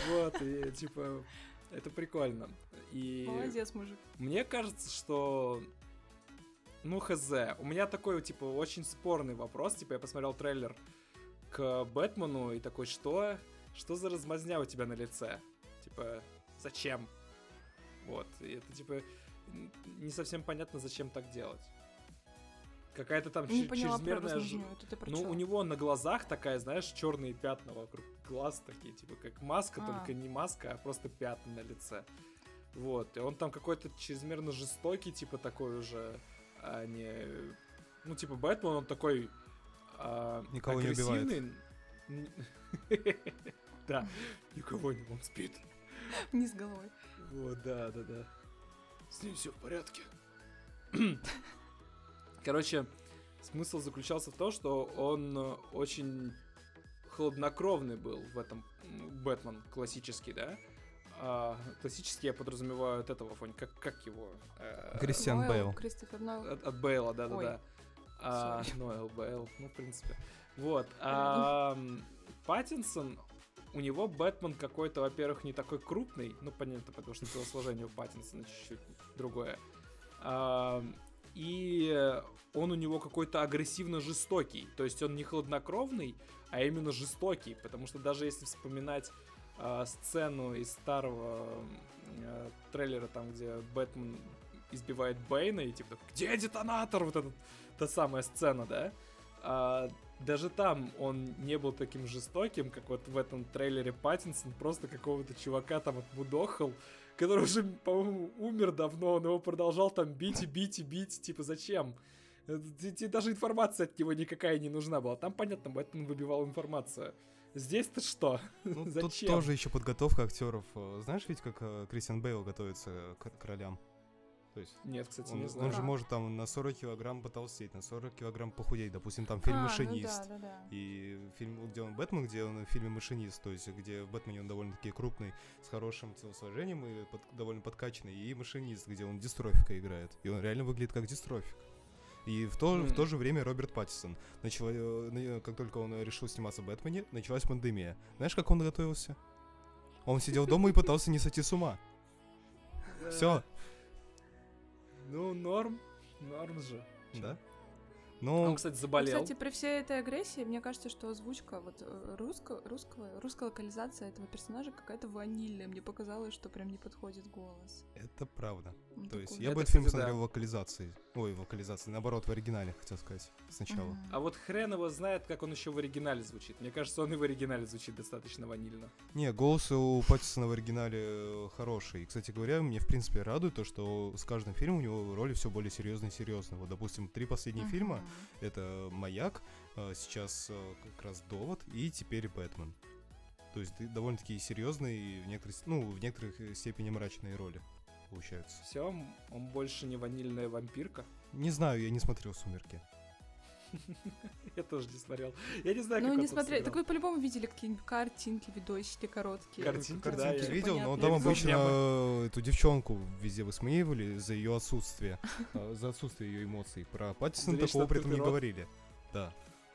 Вот, и типа, это прикольно. И Молодец, мужик. мне кажется, что... Ну, хз. У меня такой, типа, очень спорный вопрос. Типа, я посмотрел трейлер к Бэтмену и такой, что? Что за размазня у тебя на лице? Типа, зачем? Вот. И это, типа, не совсем понятно, зачем так делать. Какая-то там Не чер- поняла про чрезмерная... ж- размазню, это ты про Ну, чё? у него на глазах такая, знаешь, черные пятна вокруг глаз такие, типа, как маска, А. только не маска, а просто пятна на лице. Вот. И он там какой-то чрезмерно жестокий, типа, такой уже, а не... Ну, типа, Бэтмен, он такой... а, Никого не убивает. агрессивный. Н- Да, никого не, он спит. Вниз головой. Вот, да, да, да. С ним все в порядке. Короче, смысл заключался в том, что он э, очень хладнокровный был в этом м, Бэтмен классический, да? А, классический я подразумеваю от этого фоня. Как, как его? Э, Кристиан Нойл, Бейл. Кристофер Нойл. От, от Бейла, да-да-да. Ой. А, Sorry. Ноэл Бейл, ну, в принципе. Вот. А м, Паттинсон, у него Бэтмен какой-то, во-первых, не такой крупный. Ну, понятно, потому что телосложение у Паттинсона чуть-чуть другое. А, и он у него какой-то агрессивно жестокий. То есть он не хладнокровный, а именно жестокий. Потому что даже если вспоминать а, сцену из старого а, трейлера, там, где Бэтмен избивает Бэйна, и типа, где детонатор? Вот эта та самая сцена, да? А, даже там он не был таким жестоким, как вот в этом трейлере Паттинсон, просто какого-то чувака там отмудохал, который уже, по-моему, умер давно, он его продолжал там бить и бить и бить, типа, зачем? Э, т- Тебе даже информация от него никакая не нужна была. Там, понятно, Бэтмен выбивал информацию. Здесь-то что? Ну, тут Зачем? тоже еще подготовка актеров. Э, Знаешь ведь, как э, Кристиан Бейл готовится к, к ролям? То есть Нет, кстати, он, не он знаю. же Как? может там на сорок килограмм потолстеть, на сорок килограмм похудеть. Допустим, там фильм А, ну «Машинист». да, да, да. И фильм, где он Бэтмен, где он в фильме «Машинист», то есть где в Бэтмене он довольно-таки крупный, с хорошим телосложением и под- довольно подкачанный, и «Машинист», где он дистрофика играет. И он реально выглядит как дистрофик. И в то, в М. то же время Роберт Паттинсон. Начало, э, на- как только он решил сниматься в Бэтмене, началась пандемия. Знаешь, как он готовился? Он сидел дома и пытался не сойти с ума. Э, Все, Ну, норм. Норм же. да? Он, Ну, кстати, Ну, заболел. Кстати, при всей этой агрессии, мне кажется, что озвучка вот э, русско- русского, русская локализация этого персонажа какая-то ванильная. Мне показалось, что прям не подходит голос. это правда. Он То есть такой- я бы Это, этот фильм кстати, посмотрел да. в локализации. Ой, в локализации, наоборот, в оригинале, хотел сказать, сначала. Мгм. А вот хрен его знает, как он еще в оригинале звучит. Мне кажется, он и в оригинале звучит достаточно ванильно. Не, голос у Паттисона в оригинале э, хороший. И, кстати говоря, мне в принципе радует то, что с каждым фильмом у него роли все более серьезные и серьезные. Вот, допустим, три последних Мгм. фильма — это «Маяк», э, сейчас э, как раз «Довод» и теперь «Бэтмен». То есть ды- довольно-таки серьезные и в некоторых, с- ну, в некоторых э, степени мрачные роли получаются. Все, он больше не ванильная вампирка. Не знаю, я не смотрел «Сумерки». Я тоже не смотрел. Я не знаю, Ну, как не он там смотрели. Так сыграл. вы по-любому видели какие-нибудь картинки, видосики короткие. Картинки, Там да, Картинки я- видел, но понятно. там Я видел обычно мемы. э, эту девчонку везде высмеивали за ее отсутствие, э, за отсутствие ее эмоций. Про Паттисона За вечно такого при этом не открытый рот. говорили. Да.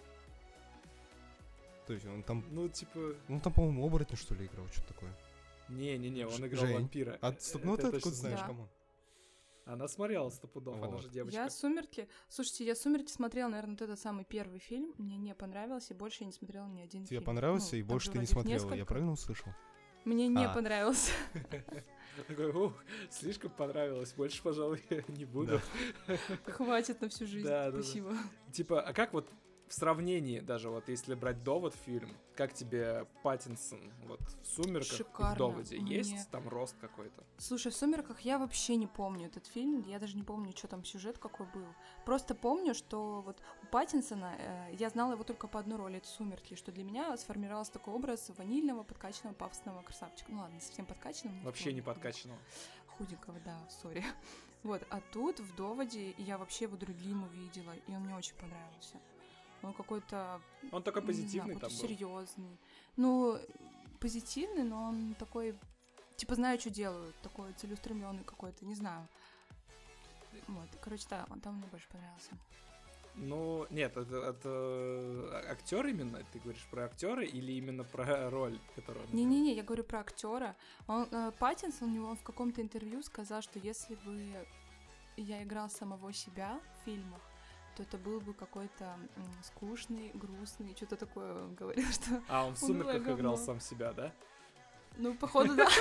То есть он там, Ну, типа... ну там, по-моему, оборотень, что ли, играл, что-то такое. Не-не-не, он Ж- играл Жень. вампира. А Э, стоп, ну это ты я точно откуда знаешь, Да. кому? Она смотрела сто пудов, она Вот. же девочка. Я «Сумерки». Слушайте, я «Сумерки» смотрела, наверное, вот этот самый первый фильм. Мне не понравился, и больше я не смотрела ни один Тебе фильм. понравился, Ну, и там больше же ты не вроде их смотрела, я несколько. правильно услышал? Мне не А. понравился. Такой, ух, слишком понравилось, больше, пожалуй, не буду. Хватит на всю жизнь. Да, да, да. Спасибо. Типа, а как вот в сравнении даже вот, если брать «Довод» фильм, как тебе Паттинсон вот в «Сумерках» и в Шикарно. «Доводе»? Мне- Есть там рост какой-то? Слушай, в «Сумерках» я вообще не помню этот фильм, я даже не помню, что там сюжет какой был. Просто помню, что вот у Паттинсона, э, я знала его только по одной роли, это «Сумерки», что для меня сформировался такой образ ванильного, подкачанного, пафосного красавчика. Ну ладно, не совсем подкачанного. но Вообще не такого подкачанного. Худенького, да, сори. Вот, а тут в «Доводе» я вообще его другим увидела, и он мне очень понравился. Он какой-то Он такой не позитивный знаю, там был. серьезный. Ну, позитивный, но он такой, типа, знаю, что делаю, такой целеустремленный какой-то, не знаю. Вот, короче, да, он там мне больше понравился. Ну, нет, это, это актер именно? Ты говоришь про актера или именно про роль, которую он... Не-не-не, я говорю про актера. Он, э, Паттинсон, у него в каком-то интервью сказал, что если бы я играл самого себя в фильмах, то это был бы какой-то м, скучный, грустный, что-то такое он говорил, что... А, он в унылое «Сумерках» играл говно. сам себя, да? Ну, походу, да.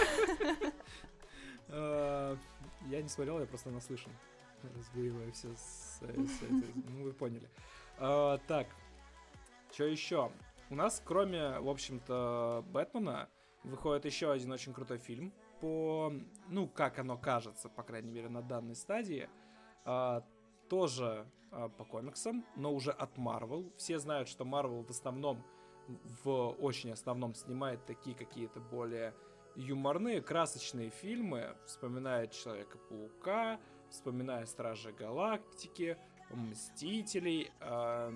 Э, Я не смотрел, я просто наслышан. Разбеиваю все с, с этой- ну, вы поняли. А, так, что еще? У нас, кроме, в общем-то, Бэтмена, выходит еще один очень крутой фильм по, ну, как оно кажется, по крайней мере, на данной стадии. А, тоже а, по комиксам, но уже от Marvel. Все знают, что Marvel в основном, в очень основном снимает такие какие-то более юморные, красочные фильмы, вспоминая Человека-паука, вспоминая Стражи Галактики, Мстителей, э,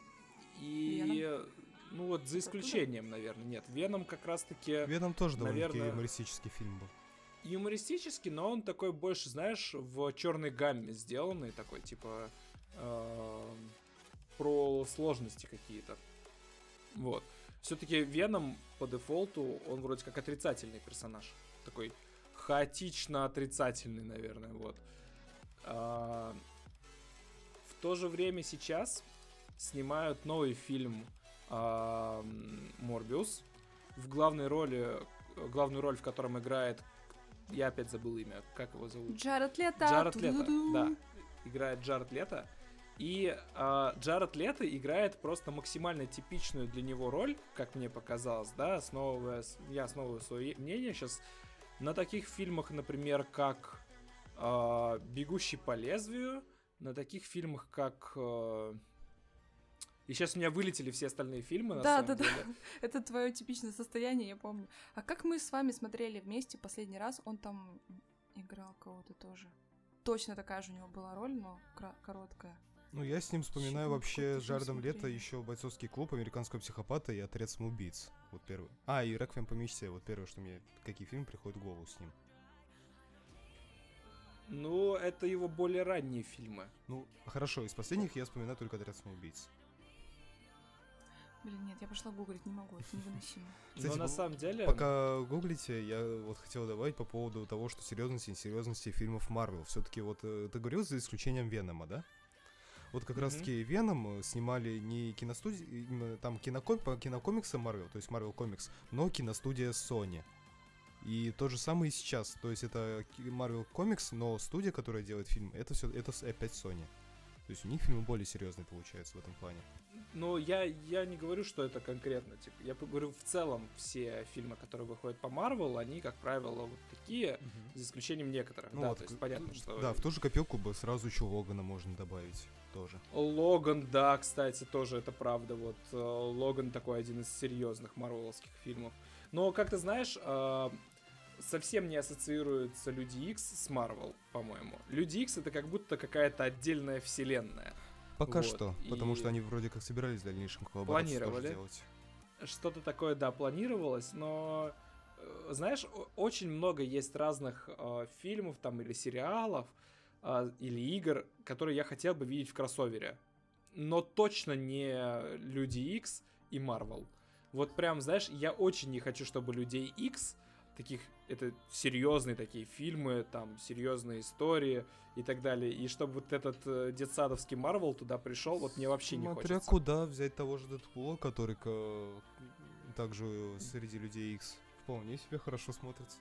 и, Веном. ну вот за исключением, наверное, нет, Веном как раз-таки Веном тоже довольно-таки наверное, юмористический фильм был. юмористический, но он такой больше, знаешь, в черной гамме сделанный, такой, типа, э, про сложности какие-то. Вот. Все-таки Веном по дефолту, он вроде как отрицательный персонаж. Такой хаотично отрицательный, наверное, вот. А, в то же время сейчас снимают новый фильм а, Морбиус. В главной роли, главную роль в котором играет, я опять забыл имя, как его зовут? Джаред Лето. Джаред Лето, ту-ду-ду. да, играет Джаред Лето. И э, Джаред Лето играет просто максимально типичную для него роль, как мне показалось, да, основывая, я основываю свое мнение сейчас на таких фильмах, например, как э, «Бегущий по лезвию», на таких фильмах, как... Э, и сейчас у меня вылетели все остальные фильмы, на Да, самом да, да. деле. Это твое типичное состояние, я помню. А как мы с вами смотрели вместе последний раз, он там играл кого-то тоже. Точно такая же у него была роль, но кра- короткая. Ну, я с ним вспоминаю Чего? вообще Какой-то с же Джаредом Лето смотрели. еще «Бойцовский клуб», «Американского психопата» и «Отряд самоубийц». Вот первый. А, и «Реквием по мечте». Вот первое, что мне... Какие фильмы приходят в голову с ним. Ну, это его более ранние фильмы. Ну, хорошо, из последних я вспоминаю только «Отряд самоубийц». Блин, нет, я пошла гуглить, не могу, это невыносимо. Кстати, Но на б- самом деле... Пока гуглите, я вот хотел добавить по поводу того, что серьезности и несерьезности фильмов Марвел. Все-таки вот э, ты говорил за исключением Венома, да? Вот как Мгм. раз-таки Веном снимали не киностудия, именно там киноком, по кинокомиксам Марвел, то есть Marvel Comics, но киностудия Sony. И то же самое и сейчас. То есть это ки- Marvel Comics, но студия, которая делает фильм, это все это с- опять Sony. То есть у них фильмы более серьезные получаются в этом плане. Ну, я, я не говорю, что это конкретно. Типа, я говорю, в целом все фильмы, которые выходят по Marvel, они, как правило, вот такие, за исключением некоторых. Ну да, вот, то есть к- понятно, что... Да, в ту же копилку бы сразу еще Логана можно добавить тоже. Логан, да, кстати, тоже это правда. Вот э, Логан такой один из серьезных марвеловских фильмов. Но, как ты знаешь, э, совсем не ассоциируются Люди Икс с Марвел, по-моему. Люди Икс это как будто какая-то отдельная вселенная. Пока Вот, что, потому и- что они вроде как собирались в дальнейшем коллаборацию тоже Планировали. делать. Что-то такое, да, планировалось, но, э, знаешь, о- очень много есть разных э, фильмов там или сериалов, э, или игр, которые я хотел бы видеть в кроссовере. Но точно не Люди Икс и Марвел. Вот прям, знаешь, я очень не хочу, чтобы Людей Икс, таких, это серьезные такие фильмы, там, серьезные истории и так далее, и чтобы вот этот э, детсадовский Марвел туда пришел, вот мне вообще не Смотря хочется. куда взять того же Дэдпула, который ка- также среди Людей Икс вполне себе хорошо смотрится.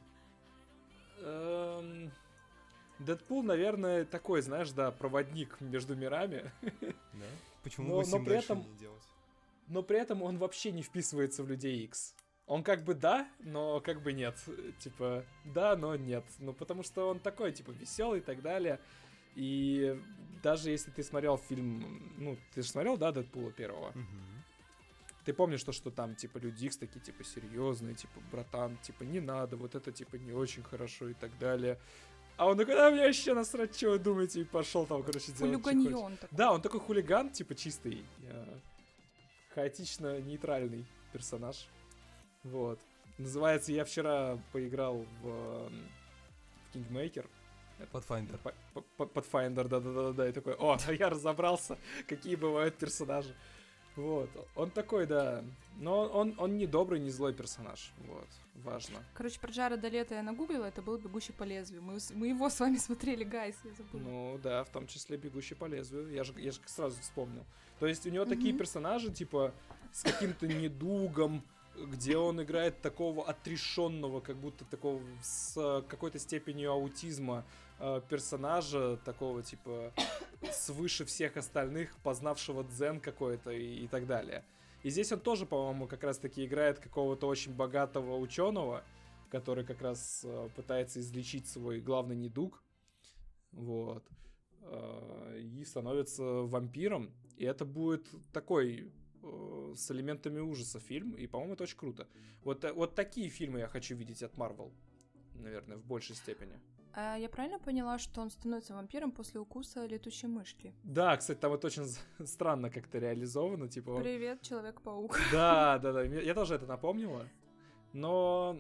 Эм, Дэдпул, наверное, такой, знаешь, да, проводник между мирами, Да? Почему Но- бы с но ним при дальше этом- не делать? но при этом он вообще не вписывается в Людей Икс. Он как бы да, но как бы нет. Типа, да, но нет. Ну, потому что он такой, типа, веселый и так далее. И даже если ты смотрел фильм, ну, ты же смотрел, да, Дэдпула первого? Мгм. Ты помнишь то, что там, типа, Люди Икс такие, типа, серьезные, типа, братан, типа, не надо, вот это, типа, не очень хорошо и так далее. А он такой, а мне вообще насрать, что вы думаете, и пошел там, короче, делать, что хочет. Хулиганьон такой. Да, он такой хулиган, типа, чистый, э, хаотично-нейтральный персонаж. Вот. Называется, я вчера поиграл в, э, в Kingmaker. Pathfinder. Pathfinder, да-да-да, и такой, о, я разобрался, какие бывают персонажи. Вот, он такой, да, но он, он не добрый, не злой персонаж, вот, важно. Короче, про Джареда Лето я нагуглила, это был «Бегущий по лезвию». Мы, мы его с вами смотрели, гайс, я забыла. Ну да, в том числе «Бегущий по лезвию», я же, я же сразу вспомнил. То есть у него Mm-hmm. такие персонажи, типа, с каким-то недугом, где он играет такого отрешенного, как будто такого с какой-то степенью аутизма э, персонажа, такого типа свыше всех остальных, познавшего дзен какой-то и, и так далее. И здесь он тоже, по-моему, как раз-таки играет какого-то очень богатого ученого, который как раз э, пытается излечить свой главный недуг, вот, э, и становится вампиром. И это будет такой с элементами ужаса фильм, и, по-моему, это очень круто. Вот, вот такие фильмы я хочу видеть от Marvel, наверное, в большей степени. А я правильно поняла, что он становится вампиром после укуса летучей мышки? Да, кстати, там это очень странно как-то реализовано, типа... Он... Привет, Человек-паук. Да, да, да, я тоже это напомнила, но...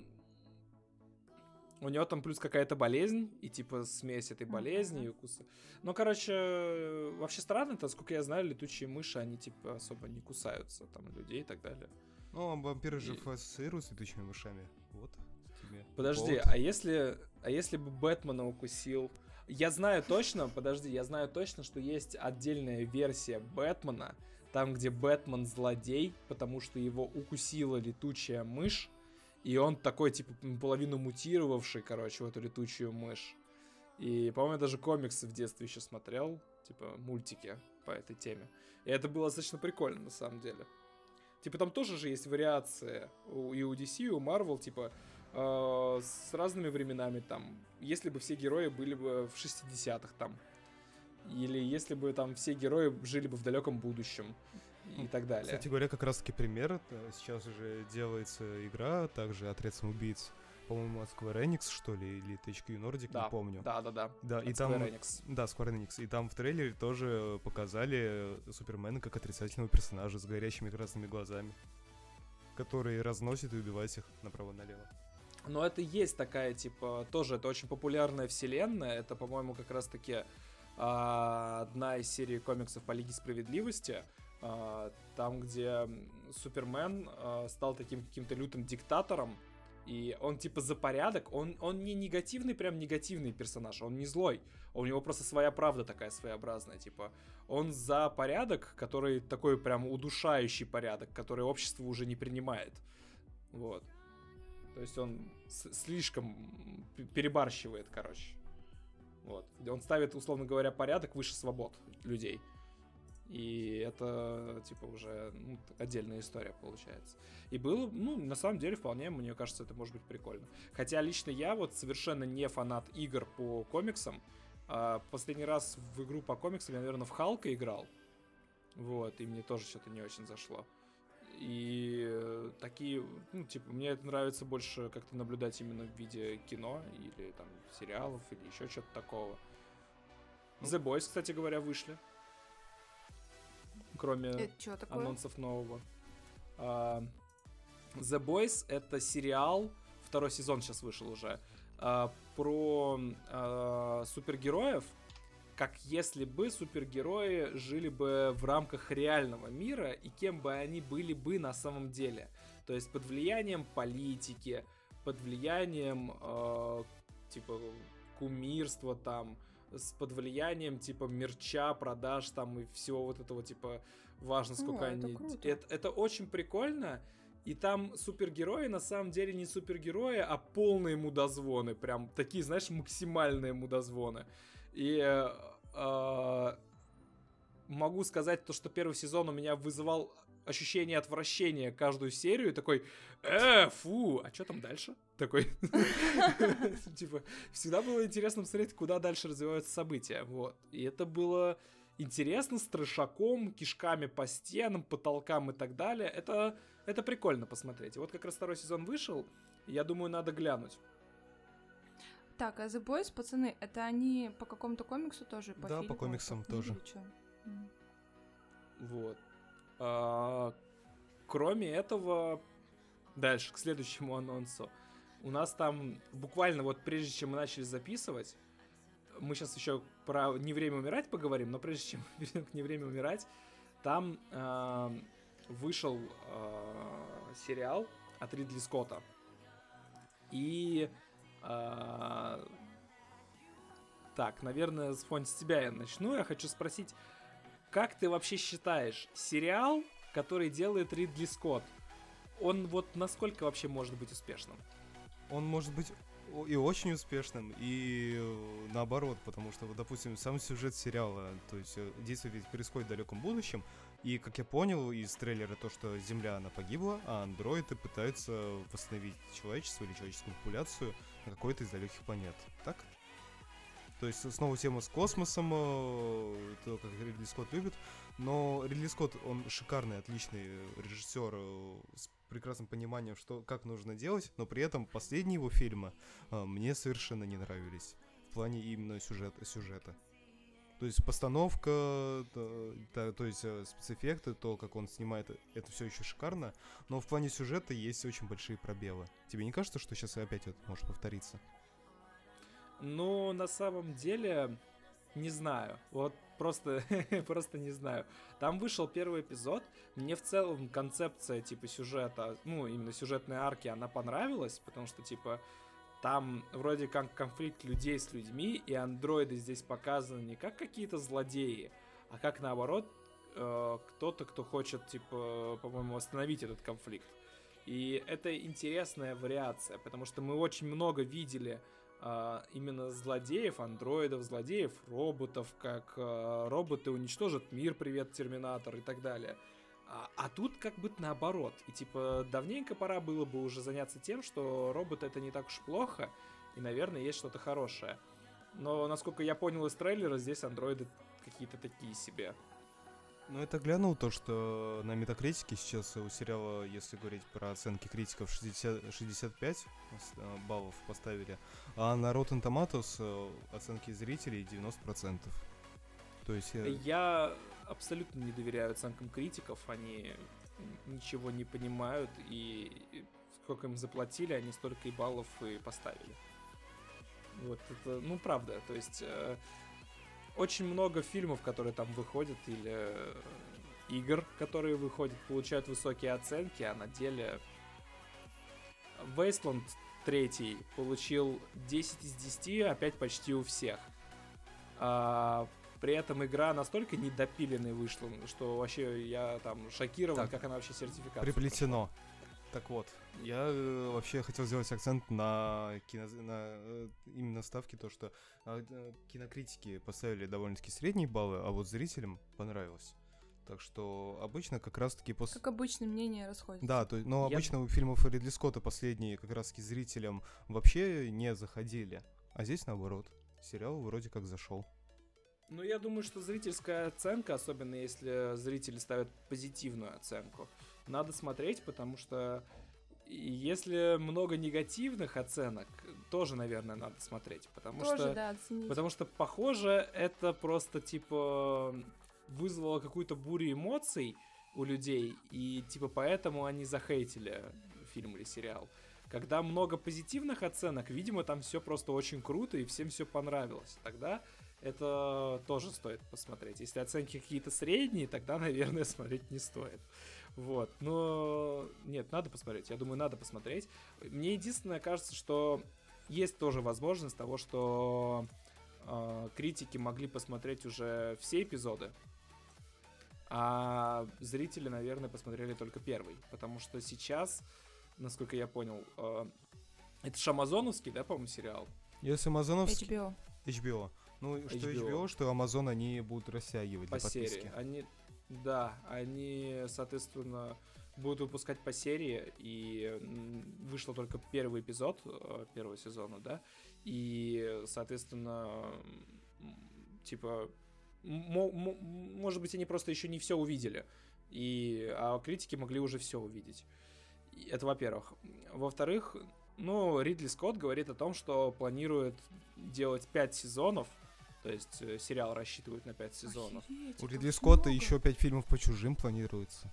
У него там плюс какая-то болезнь, и типа смесь этой болезни uh-huh. и укуса. Ну, короче, вообще странно, это, сколько я знаю, летучие мыши, они типа особо не кусаются, там, людей и так далее. Ну, вампиры и... же ассоциируют с летучими мышами. Вот. Тебе. Подожди, вот. а если, а если бы Бэтмена укусил... Я знаю точно, подожди, я знаю точно, что есть отдельная версия Бэтмена, там, где Бэтмен злодей, потому что его укусила летучая мышь, и он такой, типа, половину мутировавший, короче, в эту летучую мышь. И, по-моему, я даже комиксы в детстве еще смотрел, типа, мультики по этой теме. И это было достаточно прикольно, на самом деле. Типа, там тоже же есть вариации у, и у ди си, и у Marvel, типа, э, с разными временами, там. Если бы все герои были бы в шестидесятых, там. Или если бы, там, все герои жили бы в далеком будущем. И так далее. Кстати говоря, как раз-таки пример. Сейчас уже делается игра, также «Отряд самоубийц», по-моему, от Square Enix, что ли, или эйч кью Nordic, да, не помню. Да, да, да. Да, от и Square там, Enix. Да, Square Enix. И там в трейлере тоже показали Супермена как отрицательного персонажа с горящими красными глазами, который разносит и убивает их направо-налево. Но это есть такая, типа, тоже это очень популярная вселенная. Это, по-моему, как раз-таки а, одна из серий комиксов по Лиге Справедливости. Uh, там, где Супермен uh, стал таким каким-то лютым диктатором, и он типа за порядок, он, он не негативный, прям негативный персонаж, он не злой, у него просто своя правда такая своеобразная, типа, он за порядок, который такой прям удушающий порядок, который общество уже не принимает, вот, то есть он с- слишком перебарщивает, короче, вот, он ставит, условно говоря, порядок выше свобод людей. И это, типа, уже ну, отдельная история получается. И было, ну, на самом деле, вполне, мне кажется, это может быть прикольно. Хотя лично я вот совершенно не фанат игр по комиксам. А последний раз в игру по комиксам я, наверное, в Халка играл. Вот, и мне тоже что-то не очень зашло. И такие, ну, типа, мне это нравится больше как-то наблюдать именно в виде кино или там сериалов или еще что-то такого. The Boys, кстати говоря, вышли. Кроме анонсов нового. Uh, The Boys — это сериал, второй сезон сейчас вышел уже, uh, про uh, супергероев, как если бы супергерои жили бы в рамках реального мира, и кем бы они были бы на самом деле. То есть под влиянием политики, под влиянием uh, типа кумирства там, с под влиянием, типа, мерча, продаж, там, и всего вот этого, типа, важно, сколько О, они... Это, это, это очень прикольно, и там супергерои, на самом деле, не супергерои, а полные мудозвоны, прям такие, знаешь, максимальные мудозвоны. И э, э, могу сказать то, что первый сезон у меня вызывал ощущение отвращения каждую серию, такой, э, фу, а что там дальше? Такой, типа, всегда было интересно посмотреть, куда дальше развиваются события, вот. И это было интересно, с трешаком, кишками по стенам, потолкам и так далее. Это, это прикольно посмотреть. И вот как раз второй сезон вышел, и я думаю, надо глянуть. Так, а The Boys, пацаны, это они по какому-то комиксу тоже? По да, фильму, по комиксам по тоже. Mm. Вот. А, кроме этого, дальше, к следующему анонсу. У нас там буквально вот прежде чем мы начали записывать, мы сейчас еще про «Не время умирать» поговорим, но прежде чем мы перейдем к «Не время умирать», там э, вышел э, сериал от Ридли Скотта. И э, так, наверное, Фонь, с тебя я начну. Я хочу спросить, как ты вообще считаешь, сериал, который делает Ридли Скотт, он вот насколько вообще может быть успешным? Он может быть и очень успешным, и наоборот, потому что, вот, допустим, сам сюжет сериала, то есть действие ведь происходит в далеком будущем, и, как я понял из трейлера, то, что Земля, она погибла, а андроиды пытаются восстановить человечество или человеческую популяцию на какой-то из далеких планет, так? То есть снова тема с космосом, то, как Ридли Скотт любит, но Ридли Скотт, он шикарный, отличный режиссер с прекрасным пониманием, что, как нужно делать, но при этом последние его фильмы а, мне совершенно не нравились в плане именно сюжета. сюжета. То есть постановка, то, то, то есть спецэффекты, то, как он снимает, это все еще шикарно, но в плане сюжета есть очень большие пробелы. Тебе не кажется, что сейчас опять это может повториться? Ну, на самом деле, не знаю. Вот просто, просто не знаю. Там вышел первый эпизод. Мне в целом концепция, типа, сюжета, ну, именно сюжетной арки, она понравилась, потому что, типа, там вроде как конфликт людей с людьми, и андроиды здесь показаны не как какие-то злодеи, а как, наоборот, э, кто-то, кто хочет, типа, по-моему, остановить этот конфликт. И это интересная вариация, потому что мы очень много видели Uh, именно злодеев, андроидов, злодеев, роботов, как uh, роботы уничтожат мир, привет, Терминатор и так далее. А, а тут как бы наоборот. И типа давненько пора было бы уже заняться тем, что роботы это не так уж плохо, и, наверное, есть что-то хорошее. Но, насколько я понял из трейлера, здесь андроиды какие-то такие себе. Ну, это глянул то, что на Метакритике сейчас у сериала, если говорить про оценки критиков, шестьдесят, шестьдесят пять баллов поставили, а на Rotten Tomatoes оценки зрителей девяносто процентов. То есть... Я абсолютно не доверяю оценкам критиков, они ничего не понимают, и сколько им заплатили, они столько и баллов и поставили. Вот это, ну, правда, то есть... Очень много фильмов, которые там выходят, или игр, которые выходят, получают высокие оценки, а на деле Wasteland три получил десять из десяти, опять почти у всех. А, при этом игра настолько недопиленной вышла, что вообще я там шокирован, так, как она вообще сертификацию приплетено. прошла. Так вот, я э, вообще хотел сделать акцент на, кино, на э, именно ставке, то, что э, кинокритики поставили довольно-таки средние баллы, а вот зрителям понравилось. Так что обычно как раз-таки после... Как обычно, мнения расходятся. Да, то, но я... обычно у фильмов Ридли Скотта последние как раз-таки зрителям вообще не заходили. А здесь наоборот, сериал вроде как зашел. Ну, я думаю, что зрительская оценка, особенно если зрители ставят позитивную оценку, надо смотреть, потому что если много негативных оценок, тоже, наверное, надо смотреть, потому тоже, что, да, оценить. Потому что, похоже, это просто типа вызвало какую-то бурю эмоций у людей, и типа поэтому они захейтили фильм или сериал. Когда много позитивных оценок, видимо, там все просто очень круто и всем все понравилось. Тогда это тоже стоит посмотреть. Если оценки какие-то средние, тогда, наверное, смотреть не стоит. Вот, но нет, надо посмотреть, я думаю, надо посмотреть. Мне единственное кажется, что есть тоже возможность того, что э, критики могли посмотреть уже все эпизоды, а зрители, наверное, посмотрели только первый, потому что сейчас, насколько я понял, э, это же амазоновский, да, по-моему, сериал? Если амазоновский... эйч би о. эйч би о. Ну, что эйч би о. эйч би о, что Amazon, они будут растягивать По для подписки. серии. Они, да, они, соответственно, будут выпускать по серии, и вышло только первый эпизод первого сезона, да, и, соответственно, типа, м- м- может быть, они просто еще не все увидели, и, а критики могли уже все увидеть. Это во-первых. Во-вторых, ну, Ридли Скотт говорит о том, что планирует делать пять сезонов. То есть сериал рассчитывают на пять сезонов. Охереть, У как Ридли Скотта много. еще пять фильмов по чужим планируется.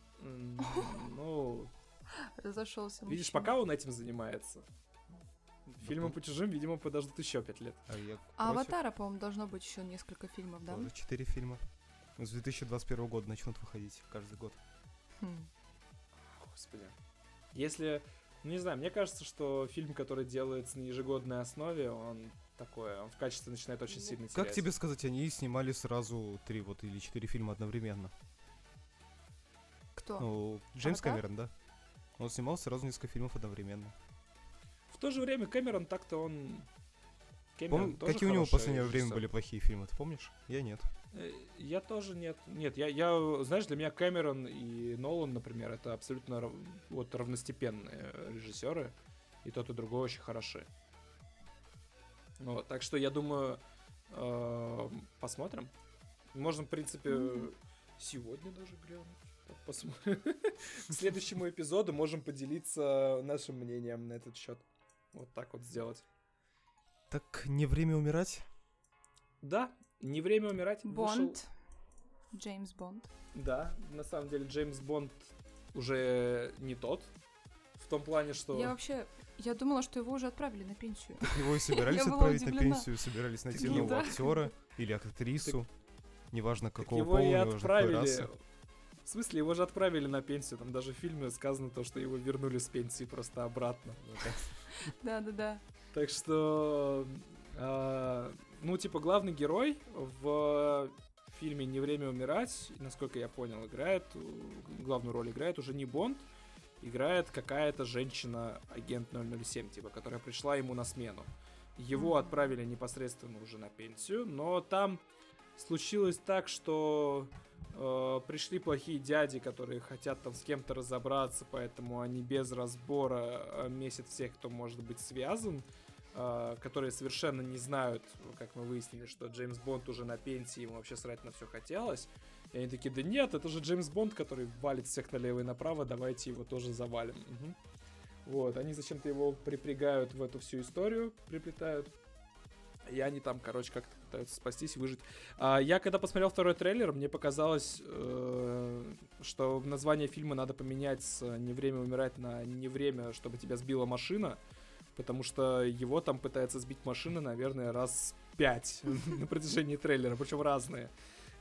Ну, Разошелся. видишь, пока он этим занимается. Фильмы по чужим, видимо, подождут еще пять лет. А, я А против. Аватара, по-моему, должно быть еще несколько фильмов, да? Тоже четыре фильма. С две тысячи двадцать первого года начнут выходить каждый год. Хм. Господи. Если, ну не знаю, мне кажется, что фильм, который делается на ежегодной основе, он такой, он в качестве начинает очень сильно терять. Как тебе сказать, они снимали сразу три вот или четыре фильма одновременно. Кто? Ну, Джеймс Аватар? Кэмерон, да. Он снимал сразу несколько фильмов одновременно. В то же время Кэмерон так-то он... Кэмерон Пом- тоже Какие у него в хороший последнее время режиссер. были плохие фильмы, ты помнишь? Я нет. Э, Я тоже нет. Нет, я, я, знаешь, для меня Кэмерон и Нолан, например, это абсолютно рав- вот равностепенные режиссеры, и тот и другой очень хороши. Вот, так что я думаю, э, посмотрим. Можем, в принципе, Мгм. сегодня даже глянуть. Так, посмотрим. К следующему эпизоду можем поделиться нашим мнением на этот счет. Вот так вот сделать. Так не время умирать? Да, не время умирать. Вышел- Бонд. Джеймс Бонд. Да, на самом деле Джеймс Бонд уже не тот. В том плане, что... Я вообще... Я думала, что его уже отправили на пенсию. Так его и собирались Я была отправить на удивлена. пенсию, собирались найти Так нового да. актера или актрису. Неважно, Так какого его пола, и неважно, какой отправили. расы. В смысле, его же отправили на пенсию. Там даже в фильме сказано то, что его вернули с пенсии просто обратно. Да-да-да. Так что... а, ну, типа, главный герой в фильме «Не время умирать», насколько я понял, играет... Главную роль играет уже не Бонд, играет какая-то женщина, агент ноль ноль семь, типа, которая пришла ему на смену. Его Мгм. отправили непосредственно уже на пенсию, но там случилось так, что э, пришли плохие дяди, которые хотят там с кем-то разобраться, поэтому они без разбора э, месят всех, кто может быть связан, э, которые совершенно не знают, как мы выяснили, что Джеймс Бонд уже на пенсии, ему вообще срать на все хотелось. И они такие, да нет, это же Джеймс Бонд, который валит всех налево и направо, давайте его тоже завалим. Мгм. Вот, они зачем-то его припрягают в эту всю историю, приплетают. И они там, короче, как-то пытаются спастись, выжить. А, я когда посмотрел второй трейлер, мне показалось, э, что название фильма надо поменять с «Не время умирать» на «Не время, чтобы тебя сбила машина», потому что его там пытается сбить машина, наверное, раз пять на протяжении трейлера, причем разные.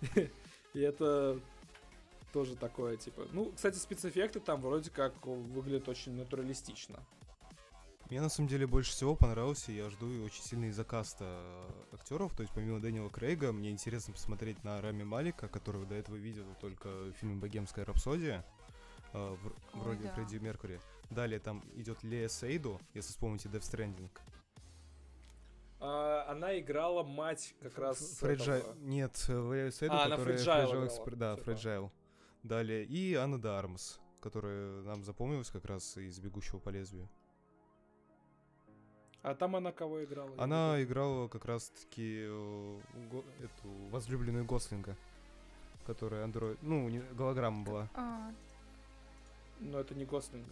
И это тоже такое, типа... Ну, кстати, спецэффекты там вроде как выглядят очень натуралистично. Мне на самом деле больше всего понравился, я жду и очень сильный закаста актеров, то есть помимо Дэниела Крейга, мне интересно посмотреть на Рами Малика, которого до этого видел только в фильме «Богемская рапсодия», э, в, в Ой, роли да. Фредди Меркури. Далее там идет Лея Сейду, если вспомните Death Stranding. А, она играла мать как раз... Фреджай... этого- Нет, Лея Сейду, А, она которая Фреджайл Fragile играла. Exp- Да, Всё, Фреджайл. Далее и Анна де Армас, которая нам запомнилась как раз из «Бегущего по лезвию». А там она кого играла? Я не Она помню. играла как раз-таки э, го- эту возлюбленную Гослинга, которая андроид, ну, не, голограмма была. А, Но это не Гослинга.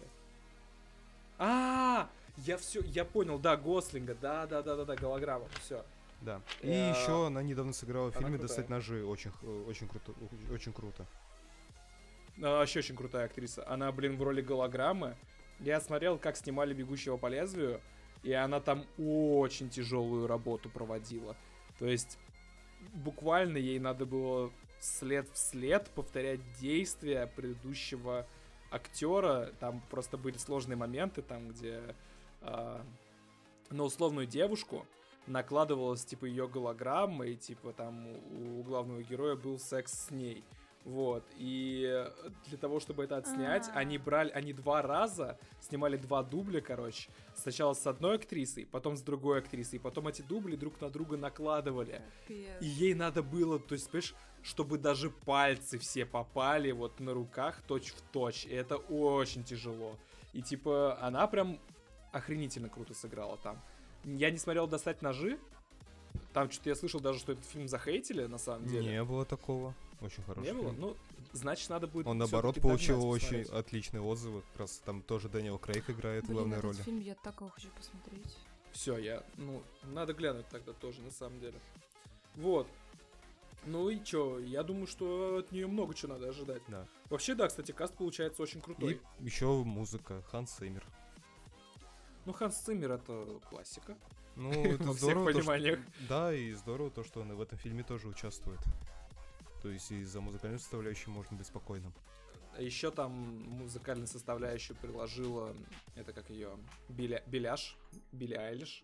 А, я все, я понял, да, Гослинга, да, да, да, да, да, голограмма, все. Да. И Э, еще она недавно сыграла в она фильме крутая. «Достать ножи», очень, х- э, очень круто, о- очень круто. Она вообще очень крутая актриса. Она, блин, в роли голограммы. Я смотрел, как снимали «Бегущего по лезвию», и она там очень тяжелую работу проводила. То есть буквально ей надо было след в след повторять действия предыдущего актера. Там просто были сложные моменты, там, где а, на условную девушку накладывалась, типа, ее голограмма, и, типа, там у, у главного героя был секс с ней. Вот, и для того, чтобы это отснять, А. они брали, они два раза снимали два дубля, короче. Сначала с одной актрисой, потом с другой актрисой, потом эти дубли друг на друга накладывали. капец. И ей надо было, то есть, понимаешь, чтобы даже пальцы все попали вот на руках точь в точь. И это очень тяжело. И типа она прям охренительно круто сыграла там. Я не смотрел «Достать ножи». Там что-то я слышал даже, что этот фильм захейтили, на самом деле. Не было такого. Очень хороший Не было? фильм. Ну, значит, надо будет Он, наоборот, всё-таки получил догнать, очень посмотреть. отличные отзывы. Как раз там тоже Дэниел Крейг играет в Блин, главной этот роли. фильм я так его хочу посмотреть. Все, я, ну, надо глянуть тогда тоже, на самом деле. Вот. Ну и чё, я думаю, что от нее много чего надо ожидать. Да. Вообще, да, кстати, каст получается очень крутой. И еще музыка, Ханс Циммер. Ну, Ханс Циммер — это классика. Ну, это Во всех здорово, то, пониманиях. что... Да, и здорово то, что он и в этом фильме тоже участвует. То есть и за музыкальную составляющую можно быть спокойным. Еще там музыкальную составляющую приложила, это как ее, Билли, Билляш, Билли Айлиш.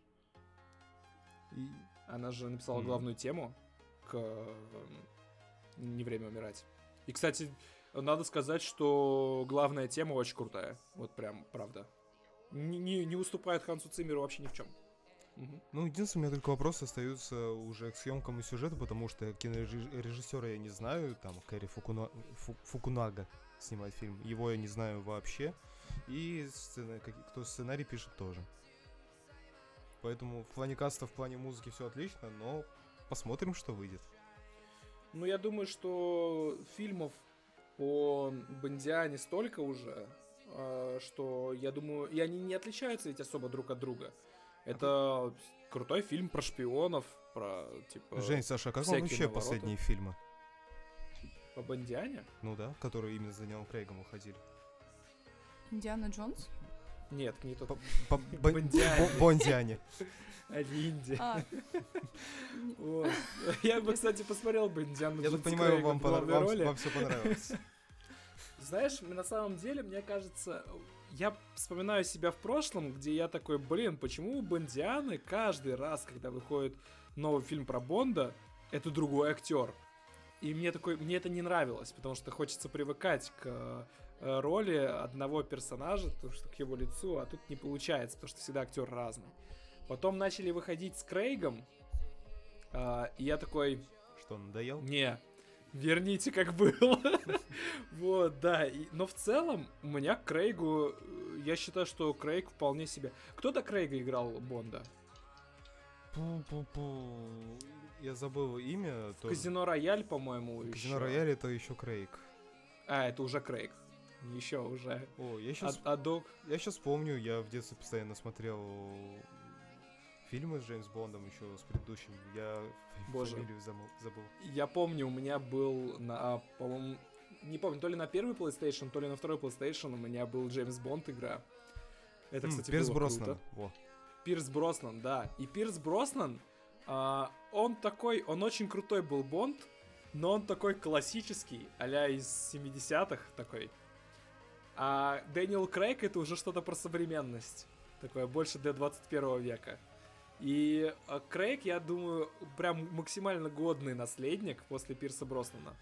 И... Она же написала Mm. главную тему к эм, «Не время умирать». И, кстати, надо сказать, что главная тема очень крутая. Вот прям, правда. Не, не, не уступает Хансу Циммеру вообще ни в чем. Угу. Ну, единственное, у меня только вопросы остаются уже к съемкам и сюжету, потому что кинорежиссера я не знаю, там Кэри Фукуна... Фу... Фукунага снимает фильм, его я не знаю вообще, и сцена... кто сценарий пишет тоже. Поэтому в плане каста, в плане музыки все отлично, но посмотрим, что выйдет. Ну, я думаю, что фильмов по Бондиане столько уже, э, что, я думаю, и они не отличаются ведь особо друг от друга. Это крутой фильм про шпионов, про, типа... Жень, Саша, а как вам вообще навороты. последние фильмы? По Бондиане? Ну да, которые именно с Дэниелом Крейгом выходили. Индиана Джонс? Нет, не тот. По Бондиане. Бондиане. А не Инди. А, Вот. Я бы, кстати, посмотрел бы Индиану Я Джонс так с понимаю, Крейгом вам, в главной понрав... роли. вам все понравилось. Знаешь, на самом деле, мне кажется, я вспоминаю себя в прошлом, где я такой, блин, почему у Бондианы каждый раз, когда выходит новый фильм про Бонда, это другой актер? И мне такой, мне это не нравилось, потому что хочется привыкать к э, роли одного персонажа, потому что к его лицу, а тут не получается, потому что всегда актер разный. Потом начали выходить с Крейгом, э, и я такой, Что, надоел? не, верните как было. Вот, да. И, но в целом, у меня к Крейгу, э, я считаю, что Крейг вполне себе... Кто до Крейга играл Бонда? Пу-пу-пу. Я забыл имя. В Казино Рояль, по-моему, еще. Казино Рояль это еще Крейг. А, это уже Крейг. Еще уже. О, я сейчас, А, а до... я сейчас помню, я в детстве постоянно смотрел фильмы с Джеймс Бондом еще с предыдущим. Я Боже. фамилию замыл- забыл. Я помню, у меня был на, по-моему, не помню, то ли на первый PlayStation, то ли на второй PlayStation у меня был Джеймс Бонд игра. Это, М, кстати, Пирс было Броснан. круто. Во. Пирс Броснан, да. И Пирс Броснан, а, он такой, он очень крутой был Бонд, но он такой классический, а-ля из семидесятых такой. А Дэниел Крейг — это уже что-то про современность. Такое больше для двадцать первого века. И а, Крейг, я думаю, прям максимально годный наследник после Пирса Броснана.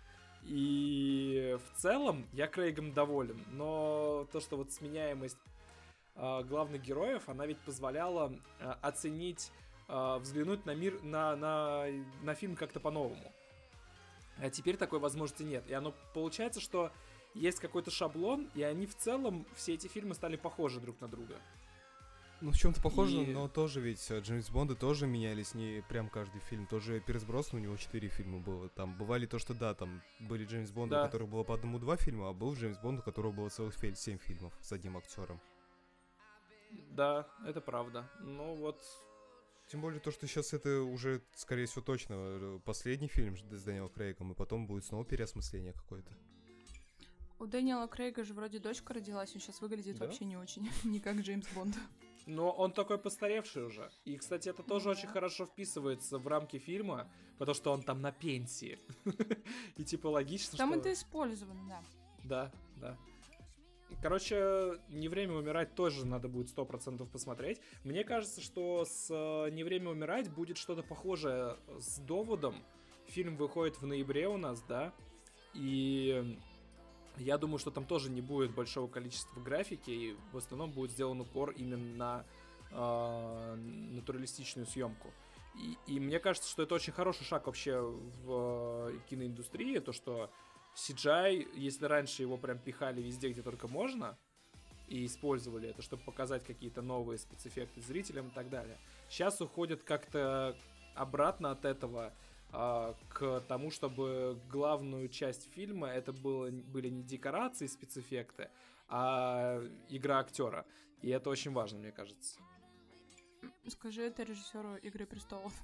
И в целом я Крейгом доволен, но то, что вот сменяемость э, главных героев, она ведь позволяла э, оценить, э, взглянуть на мир, на, на, на фильм как-то по-новому. А теперь такой возможности нет. И оно получается, что есть какой-то шаблон, и они в целом, все эти фильмы стали похожи друг на друга. Ну, в чем-то похоже, И- но тоже ведь э, Джеймс Бонды тоже менялись не прям каждый фильм. Тоже Пирс Броснан, у него четыре фильма было. Там бывали то, что да, там были Джеймс Бонды, Да. у которых было по одному-два фильма, а был Джеймс Бонд, у которого было целых фи- семь фильмов с одним актером. Да, это правда. Ну вот, Тем более то, что сейчас это уже, скорее всего, точно э, последний фильм с Дэниелом Крейгом, и потом будет снова переосмысление какое-то. У Дэниела Крейга же вроде дочка родилась, он сейчас выглядит Да? вообще не очень, не как Джеймс Бонд. но он такой постаревший уже. И, кстати, это тоже очень хорошо вписывается в рамки фильма, потому что он там на пенсии. И типа логично, Там что... это использовано, да. Да, да. Короче, «Не время умирать» тоже надо будет сто процентов посмотреть. Мне кажется, что с э, «Не время умирать» будет что-то похожее с «Доводом». Фильм выходит в ноябре у нас, да, и я думаю, что там тоже не будет большого количества графики, и в основном будет сделан упор именно на э, натуралистичную съемку. И, и мне кажется, что это очень хороший шаг вообще в э, киноиндустрии, то, что си джи ай, если раньше его прям пихали везде, где только можно, и использовали это, чтобы показать какие-то новые спецэффекты зрителям и так далее, сейчас уходят как-то обратно от этого а, к тому, чтобы главную часть фильма это было, были не декорации, спецэффекты, а игра актера. И это очень важно, мне кажется. Скажи это режиссеру «Игры престолов».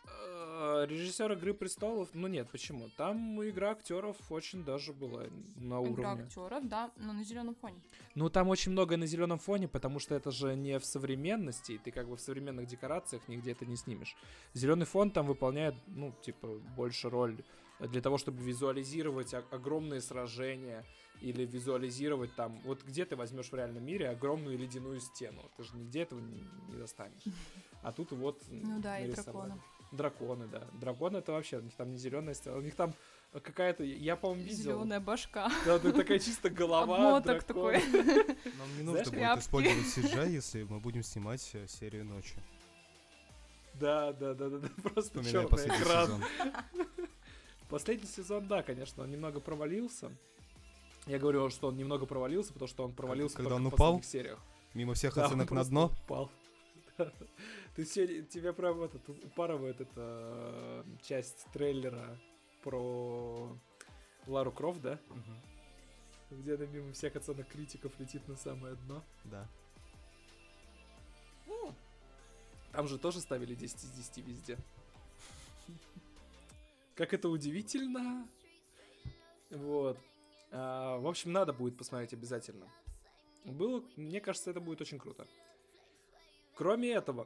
Э, Режиссер «Игры престолов», ну нет, почему? Там игра актеров очень даже была на Игра уровне. актеров, да, но на зеленом фоне. Ну, там очень много на зеленом фоне, потому что это же не в современности, и ты как бы в современных декорациях нигде это не снимешь. Зеленый фон там выполняет, ну, типа, больше роль для того, чтобы визуализировать о- огромные сражения или визуализировать там, вот где ты возьмешь в реальном мире огромную ледяную стену, ты же нигде этого не, не достанешь. А тут вот Ну да, и нарисовали. драконы. Драконы, да. Драконы это вообще, у них там не зеленая стена, у них там какая-то, я, по-моему, видел. Зеленая башка. Да, да, такая чисто голова Обмоток дракона. такой. Нам не нужно Знаешь, будет тряпки. использовать си джи ай, если мы будем снимать э, серию ночи. Да, да, да, да, да, просто Вспоминая черный последний экран. сезон. Последний сезон, да, конечно, он немного провалился. Я говорю, что он немного провалился, потому что он провалился Когда только он в упал? последних сериях. Мимо всех Да, он оценок на просто дно. упал. Да. Ты все, тебя прям этот, упарывает эта э, часть трейлера про Лару Крофт, да? Мгм. Где она мимо всех оценок критиков летит на самое дно. Да. Там же тоже ставили десять из десяти везде. Как это удивительно. Вот. А, в общем, надо будет посмотреть обязательно. Было, мне кажется, это будет очень круто. Кроме этого,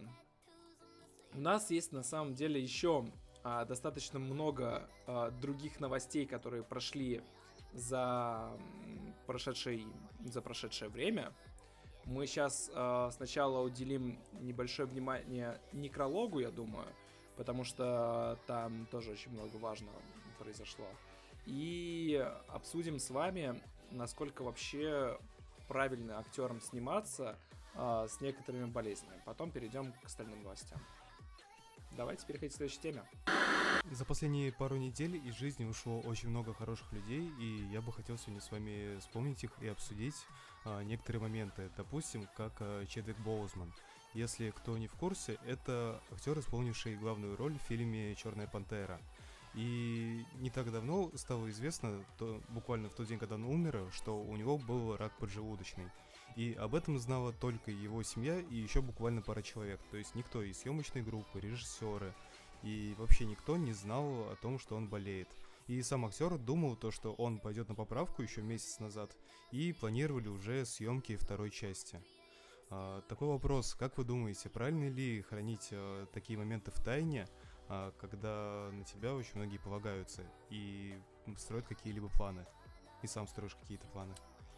у нас есть на самом деле еще а, достаточно много а, других новостей, которые прошли за, м, прошедший, за прошедшее время. Мы сейчас э, сначала уделим небольшое внимание некрологу, я думаю, потому что там тоже очень много важного произошло. И обсудим с вами, насколько вообще правильно актерам сниматься э, с некоторыми болезнями. Потом перейдем к остальным новостям. Давайте переходить к следующей теме. За последние пару недель из жизни ушло очень много хороших людей, и я бы хотел сегодня с вами вспомнить их и обсудить а, некоторые моменты. Допустим, как а, Чедвик Боузман. Если кто не в курсе, это актер, исполнивший главную роль в фильме «Черная пантера». И не так давно стало известно, то, буквально в тот день, когда он умер, что у него был рак поджелудочный. И об этом знала только его семья и еще буквально пара человек. То есть никто из съемочной группы, режиссеры и вообще никто не знал о том, что он болеет. И сам актер думал то, что он пойдет на поправку еще месяц назад, и планировали уже съемки второй части. А, такой вопрос, как вы думаете, правильно ли хранить а, такие моменты в тайне, а, когда на тебя очень многие полагаются и строят какие-либо планы, и сам строишь какие-то планы?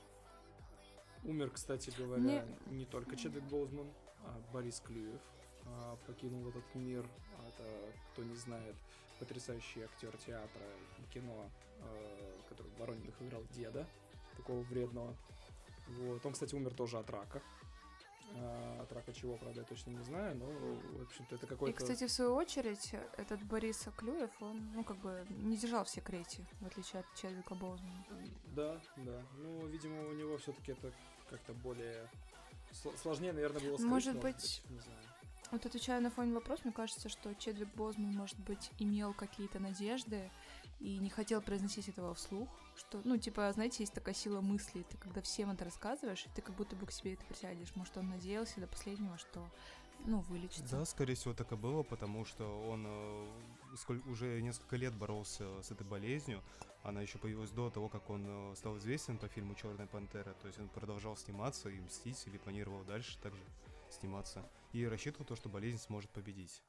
Умер, кстати говоря, Мне- не только Чедвик Боузман, а Борис Клюев а, покинул этот мир. Это, кто не знает, потрясающий актер театра и кино, а, который в Воронинах играл деда, такого вредного. Вот. Он, кстати, умер тоже от рака. А, от рака чего, правда, я точно не знаю, но, в общем-то, это И, какой-то... кстати, в свою очередь, этот Борис Клюев, он, ну, как бы, не держал в секрете, в отличие от Чедвика Боузмана. Да, да. Ну, видимо, у него все-таки это как-то более... сл- Сложнее, наверное, было скрыть. Может быть, не знаю. Вот отвечая на фоне вопрос, мне кажется, что Чедвик Боузман, может быть, имел какие-то надежды и не хотел произносить этого вслух, что, ну, типа, знаете, есть такая сила мысли, ты когда всем это рассказываешь, и ты как будто бы к себе это присядешь. Может, он надеялся до последнего, что, ну, вылечится. Да, скорее всего, так и было, потому что он э, сколь- уже несколько лет боролся с этой болезнью. Она еще появилась до того, как он э, стал известен по фильму «Черная пантера». То есть он продолжал сниматься и мстить, или планировал дальше также сниматься. И рассчитывал то, что болезнь сможет победить.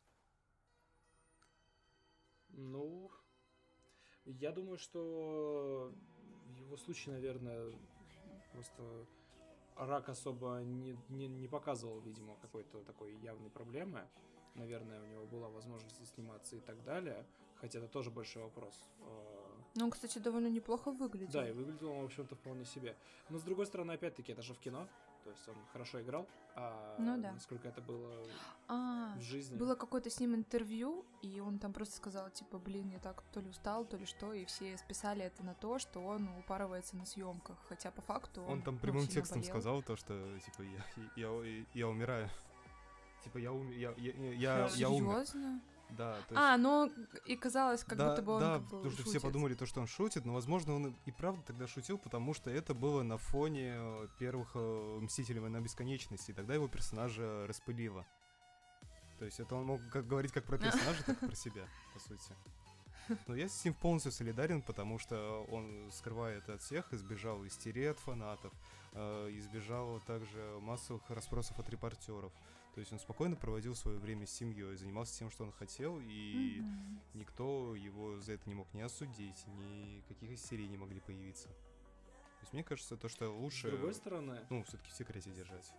Ну, я думаю, что в его случае, наверное, просто рак особо не, не, не показывал, видимо, какой-то такой явной проблемы. Наверное, у него была возможность сниматься и так далее. Хотя это тоже большой вопрос. А, Ну, он, кстати, довольно неплохо выглядел. Да, и выглядел он, в общем-то, вполне себе. Но, с другой стороны, опять-таки, это же в кино. То есть он хорошо играл. А Ну да. насколько это было А, в жизни... было какое-то с ним интервью, и он там просто сказал, типа, блин, я так то ли устал, то ли что, и все списали это на то, что он упарывается на съемках, хотя по факту он, Он там ну, прямым сильно текстом болел. сказал то, что, типа, я, я, я, я умираю. Типа, я умер, я, я, я, я умер. Серьезно? Да, то есть... А, ну, и казалось, как да, будто бы он да, как бы потому что все шутит. подумали, то, что он шутит, но, возможно, он и правда тогда шутил, потому что это было на фоне э, первых э, «Мстителей. Война бесконечности», и тогда его персонажа распылило. То есть это он мог как говорить как про персонажа, так и про себя, по сути. Но я с ним полностью солидарен, потому что он скрывает от всех, избежал истерии от фанатов, э, избежал также массовых расспросов от репортеров. То есть он спокойно проводил свое время с семьей, занимался тем, что он хотел, и mm-hmm. никто его за это не мог ни осудить, никаких истерий не могли появиться. То есть мне кажется, то, что лучше... С другой стороны... Ну, все-таки в секрете держать.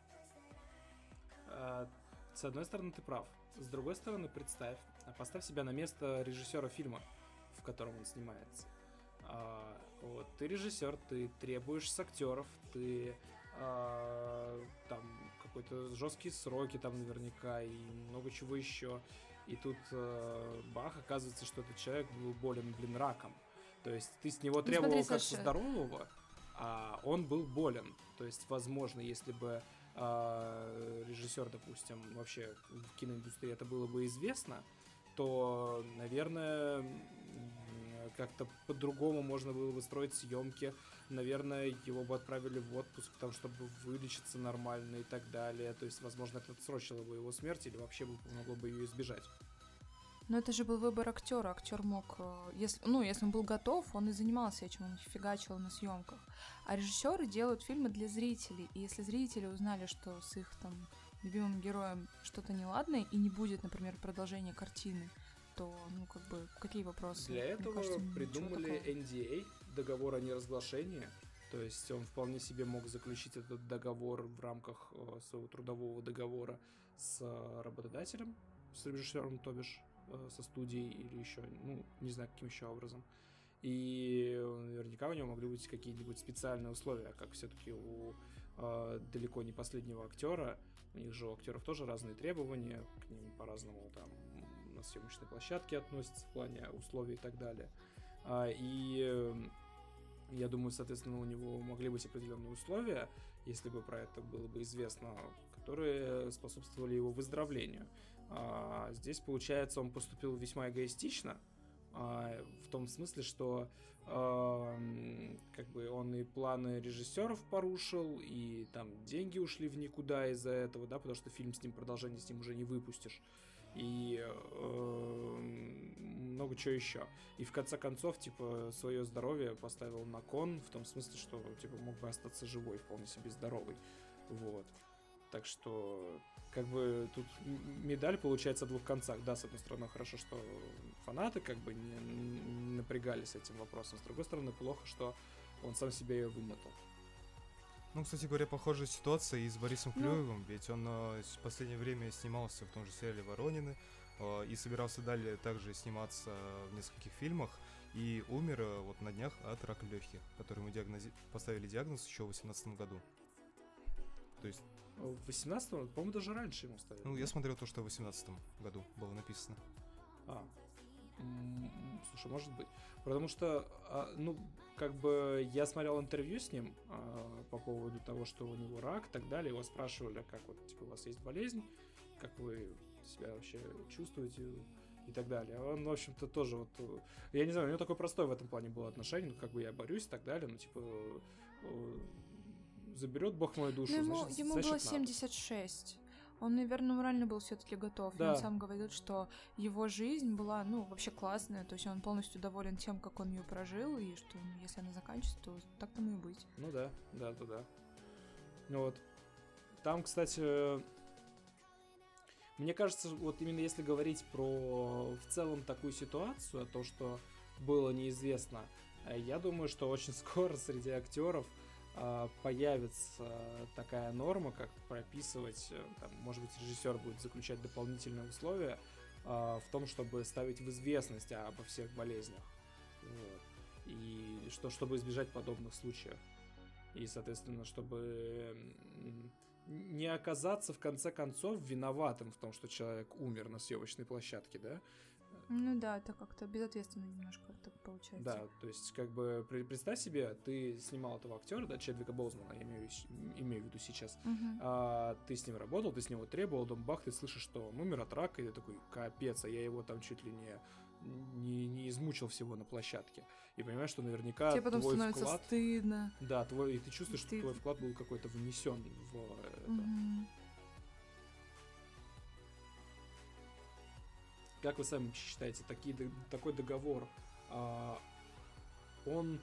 А, с одной стороны, ты прав. С другой стороны, представь, поставь себя на место режиссера фильма, в котором он снимается. А, вот, ты режиссер, ты требуешь с актеров, ты а, там какой-то жесткие сроки там наверняка и много чего еще. И тут а, бах, оказывается, что этот человек был болен, блин, раком. То есть ты с него требовал ну, смотри, как со здорового, а он был болен. То есть, возможно, если бы а, режиссер, допустим, вообще в киноиндустрии это было бы известно, то, наверное, как-то по-другому можно было бы строить съемки. Наверное, его бы отправили в отпуск, там, чтобы вылечиться нормально и так далее. То есть, возможно, это отсрочило бы его смерть или вообще бы помогло бы ее избежать. Но это же был выбор актера. Актер мог, если, ну, если он был готов, он и занимался этим, он фигачил на съемках. А режиссеры делают фильмы для зрителей. И если зрители узнали, что с их там любимым героем что-то неладное и не будет, например, продолжения картины, то, ну, как бы, какие вопросы? Для этого кажется, придумали эн ди эй, договор о неразглашении. То есть он вполне себе мог заключить этот договор в рамках своего трудового договора с работодателем, с режиссером, то бишь, со студией или еще, ну, не знаю, каким еще образом. И наверняка у него могли быть какие-нибудь специальные условия, как все-таки у э, далеко не последнего актера. У них же у актеров тоже разные требования, к ним по-разному там на съемочной площадке относятся в плане условий и так далее. А, и э, я думаю, соответственно, у него могли быть определенные условия, если бы про это было бы известно, которые способствовали его выздоровлению. А, здесь, получается, он поступил весьма эгоистично, а, в том смысле, что а, как бы он и планы режиссеров порушил, и там деньги ушли в никуда из-за этого, да, потому что фильм с ним, продолжение с ним уже не выпустишь. И э, много чего еще. И в конце концов, типа, свое здоровье поставил на кон, в том смысле, что, типа, мог бы остаться живой, вполне себе здоровый. Вот. Так что, как бы, тут медаль получается о двух концах. Да, с одной стороны, хорошо, что фанаты, как бы, не, не напрягались этим вопросом. С другой стороны, плохо, что он сам себе ее вымотал. Ну, кстати говоря, похожая ситуация и с Борисом Клюевым, ведь он э, в последнее время снимался в том же сериале «Воронины» э, и собирался далее также сниматься в нескольких фильмах, и умер э, вот на днях от рака легких, который ему диагнози... поставили диагноз еще в восемнадцатом году. То есть... В восемнадцатом, по-моему, даже раньше ему ставили. Ну, я смотрел то, что в восемнадцатом году было написано. А, слушай, может быть. Потому что, ну, как бы я смотрел интервью с ним а, по поводу того, что у него рак и так далее. Его спрашивали, как вот, типа, у вас есть болезнь, как вы себя вообще чувствуете и так далее. Он, в общем-то, тоже вот... Я не знаю, у него такое простое в этом плане было отношение, ну, как бы я борюсь и так далее, ну, типа... Заберет Бог мою душу, ему, значит, ему значит, было надо. семьдесят шесть. Он, наверное, морально был все-таки готов. Да. И он сам говорит, что его жизнь была, ну, вообще классная. То есть он полностью доволен тем, как он ее прожил, и что, ну, если она заканчивается, то так тому и быть. Ну да, да, да, да. Ну вот. Там, кстати, мне кажется, вот именно если говорить про в целом такую ситуацию, то, что было неизвестно, я думаю, что очень скоро среди актеров появится такая норма, как прописывать, там, может быть, режиссер будет заключать дополнительные условия в том, чтобы ставить в известность обо всех болезнях. Вот. И что, чтобы избежать подобных случаев. И, соответственно, чтобы не оказаться, в конце концов, виноватым в том, что человек умер на съемочной площадке, да? Ну да, это как-то безответственно немножко так получается. Да, то есть, как бы, представь себе, ты снимал этого актера, да, Чедвика Боузмана, я имею, имею в виду сейчас, uh-huh. а, ты с ним работал, ты с него требовал, дом бах, ты слышишь, что он умер от рака, и ты такой, капец, а я его там чуть ли не, не, не измучил всего на площадке. И понимаешь, что наверняка тебе потом твой становится вклад... стыдно. Да, твой, и ты чувствуешь, ты... что твой вклад был какой-то внесен в это. Uh-huh. как вы сами считаете, такие, такой договор, а, он,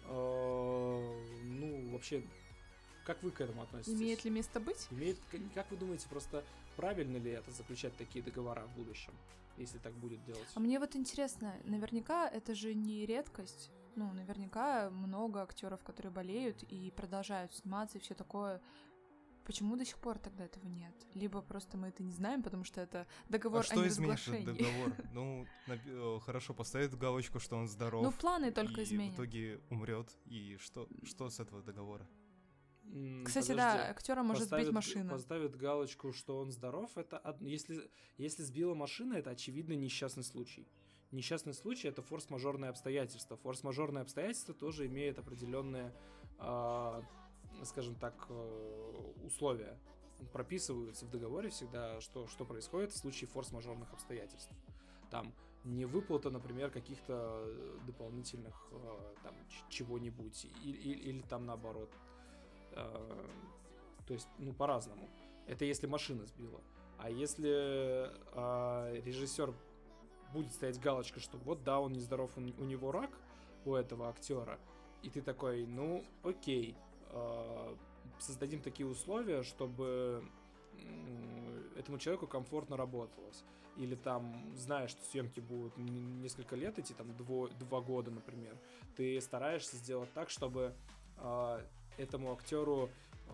а, ну, вообще, как вы к этому относитесь? Имеет ли место быть? Имеет, как вы думаете, просто правильно ли это заключать такие договора в будущем, если так будет делать? А мне вот интересно, наверняка это же не редкость. Ну, наверняка много актеров, которые болеют и продолжают сниматься и все такое. Почему до сих пор тогда этого нет? Либо просто мы это не знаем, потому что это договор а о что изменит этот неразглашении. договор? Ну, на- хорошо, поставит галочку, что он здоров. Ну, планы только и изменят. в итоге умрет. И что, что с этого договора? М, Кстати, подожди. да, актера может Поставит- сбить машина. Поставит галочку, что он здоров. Это од- если, если сбила машина, это очевидно несчастный случай. Несчастный случай — это форс-мажорное обстоятельство. Форс-мажорное обстоятельство тоже имеет определенные, а, скажем так, э, условия. Прописываются в договоре всегда, что, что происходит в случае форс-мажорных обстоятельств. Там невыплата, например, каких-то дополнительных э, там, ч- чего-нибудь, и- и- или там наоборот. Э, То есть, ну, по-разному. Это если машина сбила. А если э, режиссер будет стоять галочка, что вот да, он нездоров, у, у него рак, у этого актера, и ты такой, ну, окей, э, создадим такие условия, чтобы м, этому человеку комфортно работалось. Или там, знаешь, что съемки будут н- несколько лет идти, там, дво- два года, например, ты стараешься сделать так, чтобы э, этому актеру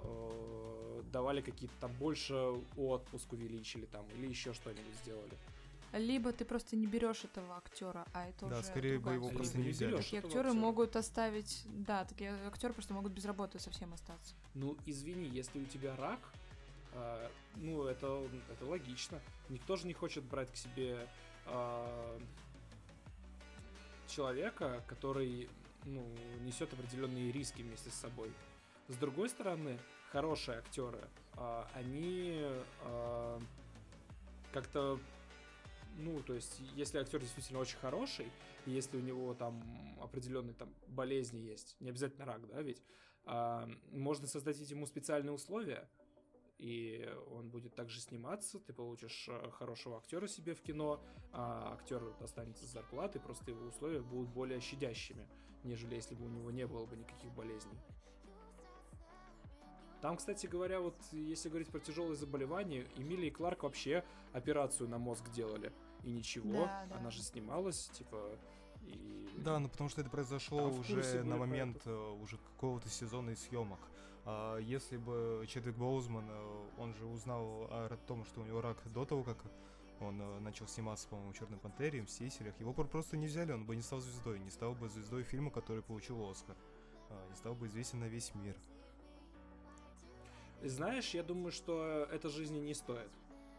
э, давали какие-то там больше отпуск увеличили там, или еще что-нибудь сделали. Либо ты просто не берешь этого актера, а это Да, уже скорее бы другая его история. просто Либо не не взяли. берешь. Такие этого актеры актера. могут оставить, да, такие актеры просто могут без работы совсем остаться. Ну, извини, если у тебя рак, э, ну, это, это логично. Никто же не хочет брать к себе э, человека, который, ну, несет определенные риски вместе с собой. С другой стороны, хорошие актеры, э, они э, как-то, ну, то есть, если актер действительно очень хороший, и если у него там определенные там болезни есть, не обязательно рак, да, ведь а, можно создать ему специальные условия, и он будет также сниматься, ты получишь а, хорошего актера себе в кино, а актер останется с зарплатой, просто его условия будут более щадящими, нежели если бы у него не было бы никаких болезней. Там, кстати говоря, вот если говорить про тяжелые заболевания, Эмилии Кларк вообще операцию на мозг делали. И ничего, Да, да. она же снималась, типа, и... Да, ну потому что это произошло Там в курсе уже были на про момент это. э, уже какого-то сезона из съемок. А если бы Чедвик Боузман, э, он же узнал о том, что у него рак до того, как он э, начал сниматься, по-моему, в «Черной пантере», в «Мстителях», его пр- просто не взяли, он бы не стал звездой, не стал бы звездой фильма, который получил Оскар, а, не стал бы известен на весь мир. Знаешь, я думаю, что это жизни не стоит.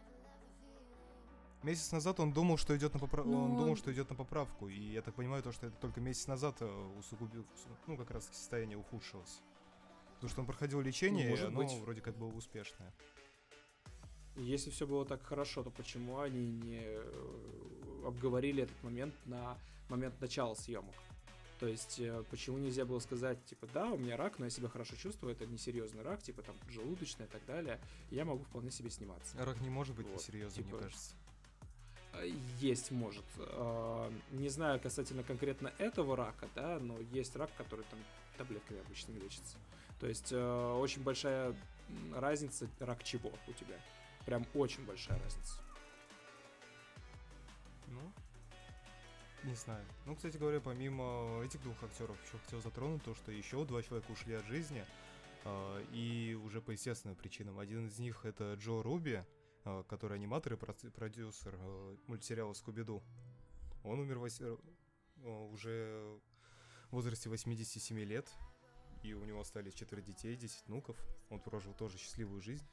Месяц назад он думал, что идет на попра- Ну, он думал, что идет на поправку, и я так понимаю, то, что это только месяц назад э, усугубил, ну, как раз состояние ухудшилось. Потому что он проходил лечение, Может и оно быть. вроде как было успешное. Если все было так хорошо, то почему они не э, обговорили этот момент на момент начала съемок? То есть, э, почему нельзя было сказать, типа, да, у меня рак, но я себя хорошо чувствую, это несерьезный рак, типа, там, желудочный и так далее, и я могу вполне себе сниматься. Рак не может быть Вот, несерьезным, типа, мне кажется. Э, Есть, может. Э, Не знаю касательно конкретно этого рака, да, но есть рак, который там таблетками обычно лечится. То есть э, очень большая м, разница, рак чего у тебя. Прям очень большая разница. Ну, не знаю. Ну, кстати говоря, помимо этих двух актеров, еще хотел затронуть то, что еще два человека ушли от жизни, а, и уже по естественным причинам. Один из них — это Джо Руби, а, который аниматор и проц- продюсер а, мультсериала «Скуби-Ду». Он умер вось- а, уже в возрасте восемьдесят семь лет, и у него остались четверо детей, десять внуков. Он прожил тоже счастливую жизнь.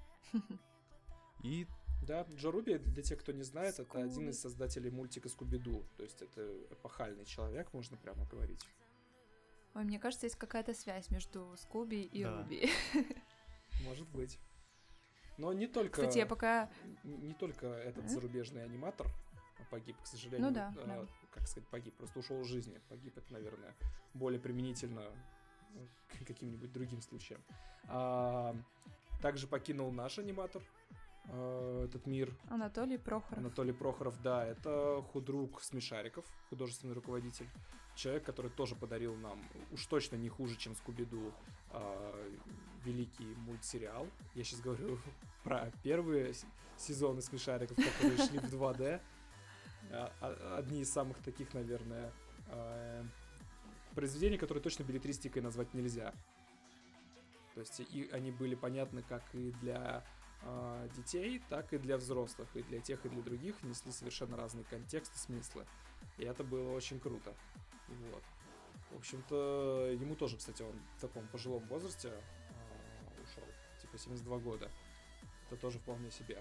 И Да, Джо Руби, для тех, кто не знает, это один Скуби. из создателей мультика Скуби-Ду. То есть это эпохальный человек, можно прямо говорить. Ой, мне кажется, есть какая-то связь между Скуби и Да. Руби. Может быть. Но не только... Кстати, я пока... Не только этот М? зарубежный аниматор погиб, к сожалению. Ну да, э, да. Как сказать, погиб, просто ушел из жизни. Погиб это, наверное, более применительно ну, к каким-нибудь другим случаям. А, также покинул наш аниматор, э, этот мир. Анатолий Прохоров. Анатолий Прохоров, да, это худрук Смешариков, художественный руководитель. Человек, который тоже подарил нам, уж точно не хуже, чем Скуби-Ду, э, великий мультсериал. Я сейчас говорю про первые сезоны Смешариков, которые шли в два дэ. Одни из самых таких, наверное, э, произведений, которые точно билетристикой назвать нельзя. То есть и они были понятны как и для э, детей, так и для взрослых. И для тех, и для других несли совершенно разные контексты, смыслы. И это было очень круто. Вот. В общем-то, ему тоже, кстати, он в таком пожилом возрасте э, ушел. Типа семьдесят два года. Это тоже вполне себе.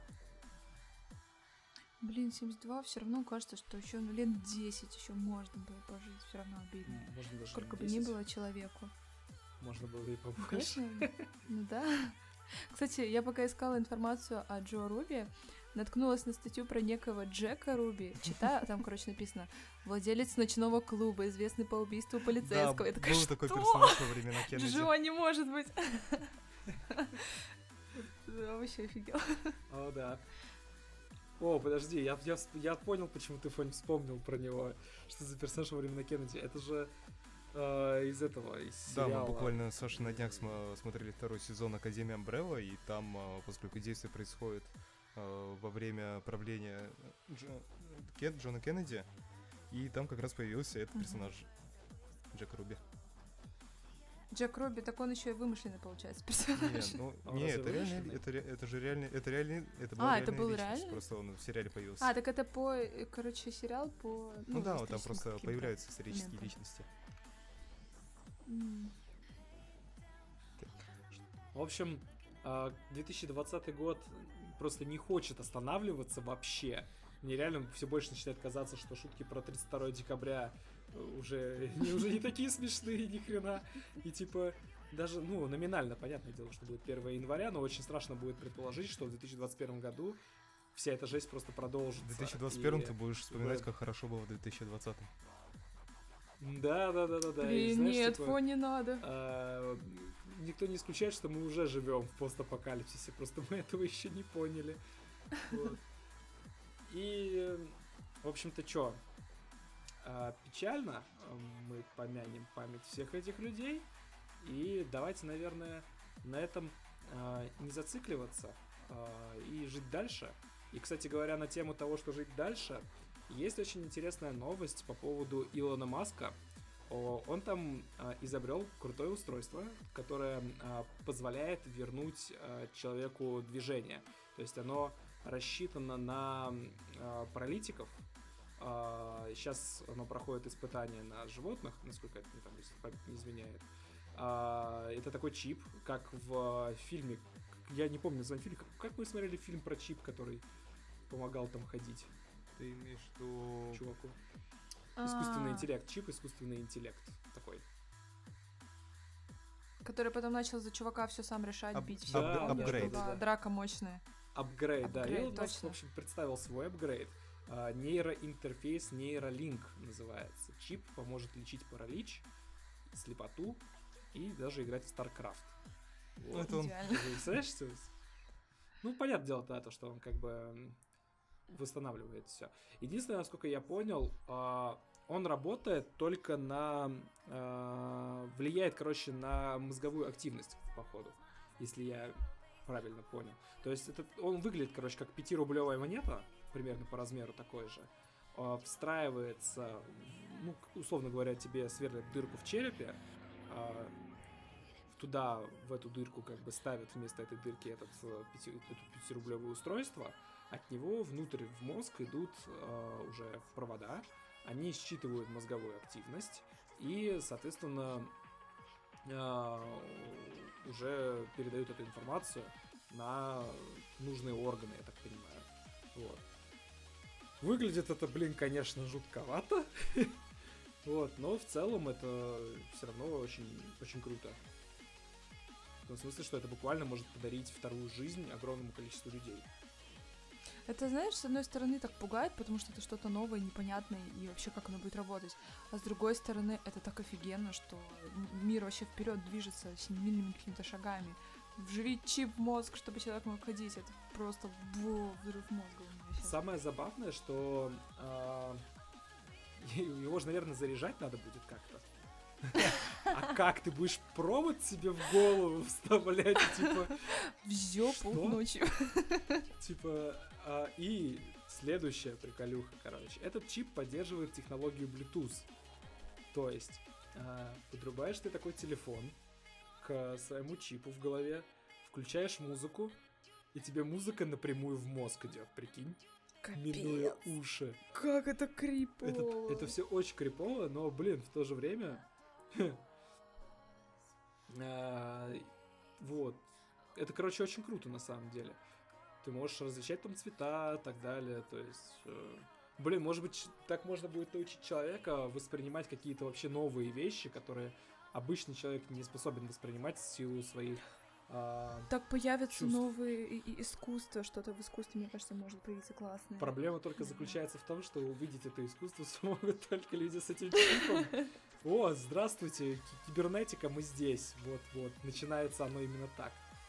Блин, семьдесят два, все равно кажется, что еще ну, лет десять еще можно было пожить, все равно обидно. Можно даже Сколько бы десять. ни было человеку. Можно было и побольше. Конечно, ну да. Кстати, я пока искала информацию о Джо Руби, наткнулась на статью про некого Джека Руби. Читаю, там, короче, написано: владелец ночного клуба, известный по убийству полицейского. Да, Я такая, был что? такой персонаж во времена Кеннеди. Джо не может быть. Вообще офигел. О, да. О, подожди, я, я, я понял, почему ты вспомнил про него. Что за персонаж во времена Кеннеди. Это же э, из этого, из Да, сериала. мы буквально с Сашей на днях см- смотрели второй сезон Академии Амбрелла, и там, э, поскольку действие происходит э, во время правления Дж- Кен- Джона Кеннеди, и там как раз появился этот персонаж Джек Руби. Джек Руби, так он еще и вымышленный, получается, персонаж. Не, ну, А не, разве это реально, вымышленный? это, ре- это же реально, это реально, это была А, это реальная был личность, реальный? просто он в сериале появился. А, так это по, э, короче, сериал по... ну да, вот там историческим просто каким-то появляются исторические моментам. личности. М. В общем, э, две тысячи двадцатый год просто не хочет останавливаться вообще. Мне реально все больше начинает казаться, что шутки про тридцать второе декабря уже, уже не такие смешные, ни хрена. И типа, даже, ну, номинально, понятное дело, что будет первое января, но очень страшно будет предположить, что в две тысячи двадцать первом году вся эта жесть просто продолжится. В две тысячи двадцать первом И- ты будешь вспоминать, да. как хорошо было в две тысячи двадцатом. Да, да, да, да, да. И Блин, знаешь, нет, типа, фон не надо. а, никто не исключает, что мы уже живем в постапокалипсисе, просто мы этого еще не поняли. Вот. И, в общем-то, чё? А, печально, а, мы помянем память всех этих людей. И давайте, наверное, на этом а, не зацикливаться а, и жить дальше. И, кстати говоря, на тему того, что жить дальше, есть очень интересная новость по поводу Илона Маска. О, он там а, изобрел крутое устройство, которое а, позволяет вернуть а, человеку движение. То есть оно рассчитано на а, паралитиков. А, сейчас оно проходит испытания на животных, насколько это, там, если память не изменяет. А, это такой чип, как в фильме, я не помню название фильма, как, как мы смотрели фильм про чип, который помогал там ходить Ты имеешь в виду... чуваку. Искусственный А, интеллект, чип искусственный интеллект такой. Который потом начал за чувака все сам решать, Ап- бить. да, всё. да, Помнишь, апгрейд. была да. драка мощная. Апгрейд, да. Апгрейд, Илон Маск, в точно. общем, представил свой апгрейд. А, нейроинтерфейс нейролинк называется. Чип поможет лечить паралич, слепоту и даже играть в StarCraft. Ну, Вот. это он. Идеально. Ты представляешь, что... Ну, понятное дело, да, то, что он как бы м, восстанавливает все. Единственное, насколько я понял, а, он работает только на... а, влияет, короче, на мозговую активность, походу, если я правильно понял. То есть это, он выглядит, короче, как пятирублевая монета, примерно по размеру такой же, а, встраивается, ну, условно говоря, тебе сверлят дырку в черепе, а, туда, в эту дырку, как бы ставят вместо этой дырки этот, э, пяти, это пятирублевое устройство, от него внутрь в мозг идут э, уже провода, они считывают мозговую активность и, соответственно, э, уже передают эту информацию на нужные органы, я так понимаю. Вот. Выглядит это, блин, конечно, жутковато, вот, но в целом это все равно очень, очень круто. В том смысле, что это буквально может подарить вторую жизнь огромному количеству людей. Это, знаешь, с одной стороны так пугает, потому что это что-то новое, непонятное, и вообще как оно будет работать. А с другой стороны, это так офигенно, что м- мир вообще вперед движется семимильными какими-то шагами. вживить чип в мозг, чтобы человек мог ходить. Это просто бу, взрыв мозга у меня сейчас. Самое забавное, что а, его же, наверное, заряжать надо будет как-то. А как ты будешь провод себе в голову вставлять, типа... В жопу что? ночью. Типа, а, и следующая приколюха, короче. Этот чип поддерживает технологию Bluetooth. То есть, а, подрубаешь ты такой телефон к своему чипу в голове, включаешь музыку, и тебе музыка напрямую в мозг идет, прикинь? Минуя Капец. уши. Как это крипово. Это, это все очень крипово, но, блин, в то же время... а, вот. Это, короче, очень круто на самом деле. Ты можешь различать там цвета и так далее. То есть, э, блин, может быть, так можно будет научить человека воспринимать какие-то вообще новые вещи, которые обычный человек не способен воспринимать в силу своих... а, Так появятся чувств. новые и- и искусства, что-то в искусстве, мне кажется, может появиться классное. Проблема только заключается в том, что увидеть это искусство смогут только люди с этим чипом. О, здравствуйте, ки- кибернетика, мы здесь. Вот-вот, начинается оно именно так.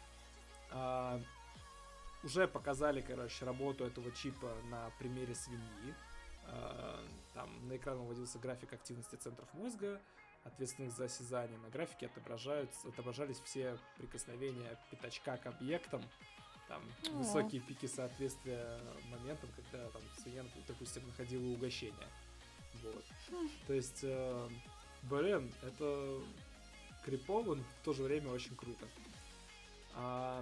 А, уже показали, короче, работу этого чипа на примере свиньи. А, там на экран выводился график активности центров мозга, ответственных за осязание. На графике отображаются, отображались все прикосновения пятачка к объектам. Там О. высокие пики соответствия моментам, когда там свинья, допустим, находила угощение. Вот. То есть, э, блин, это крипово, но в то же время очень круто. А,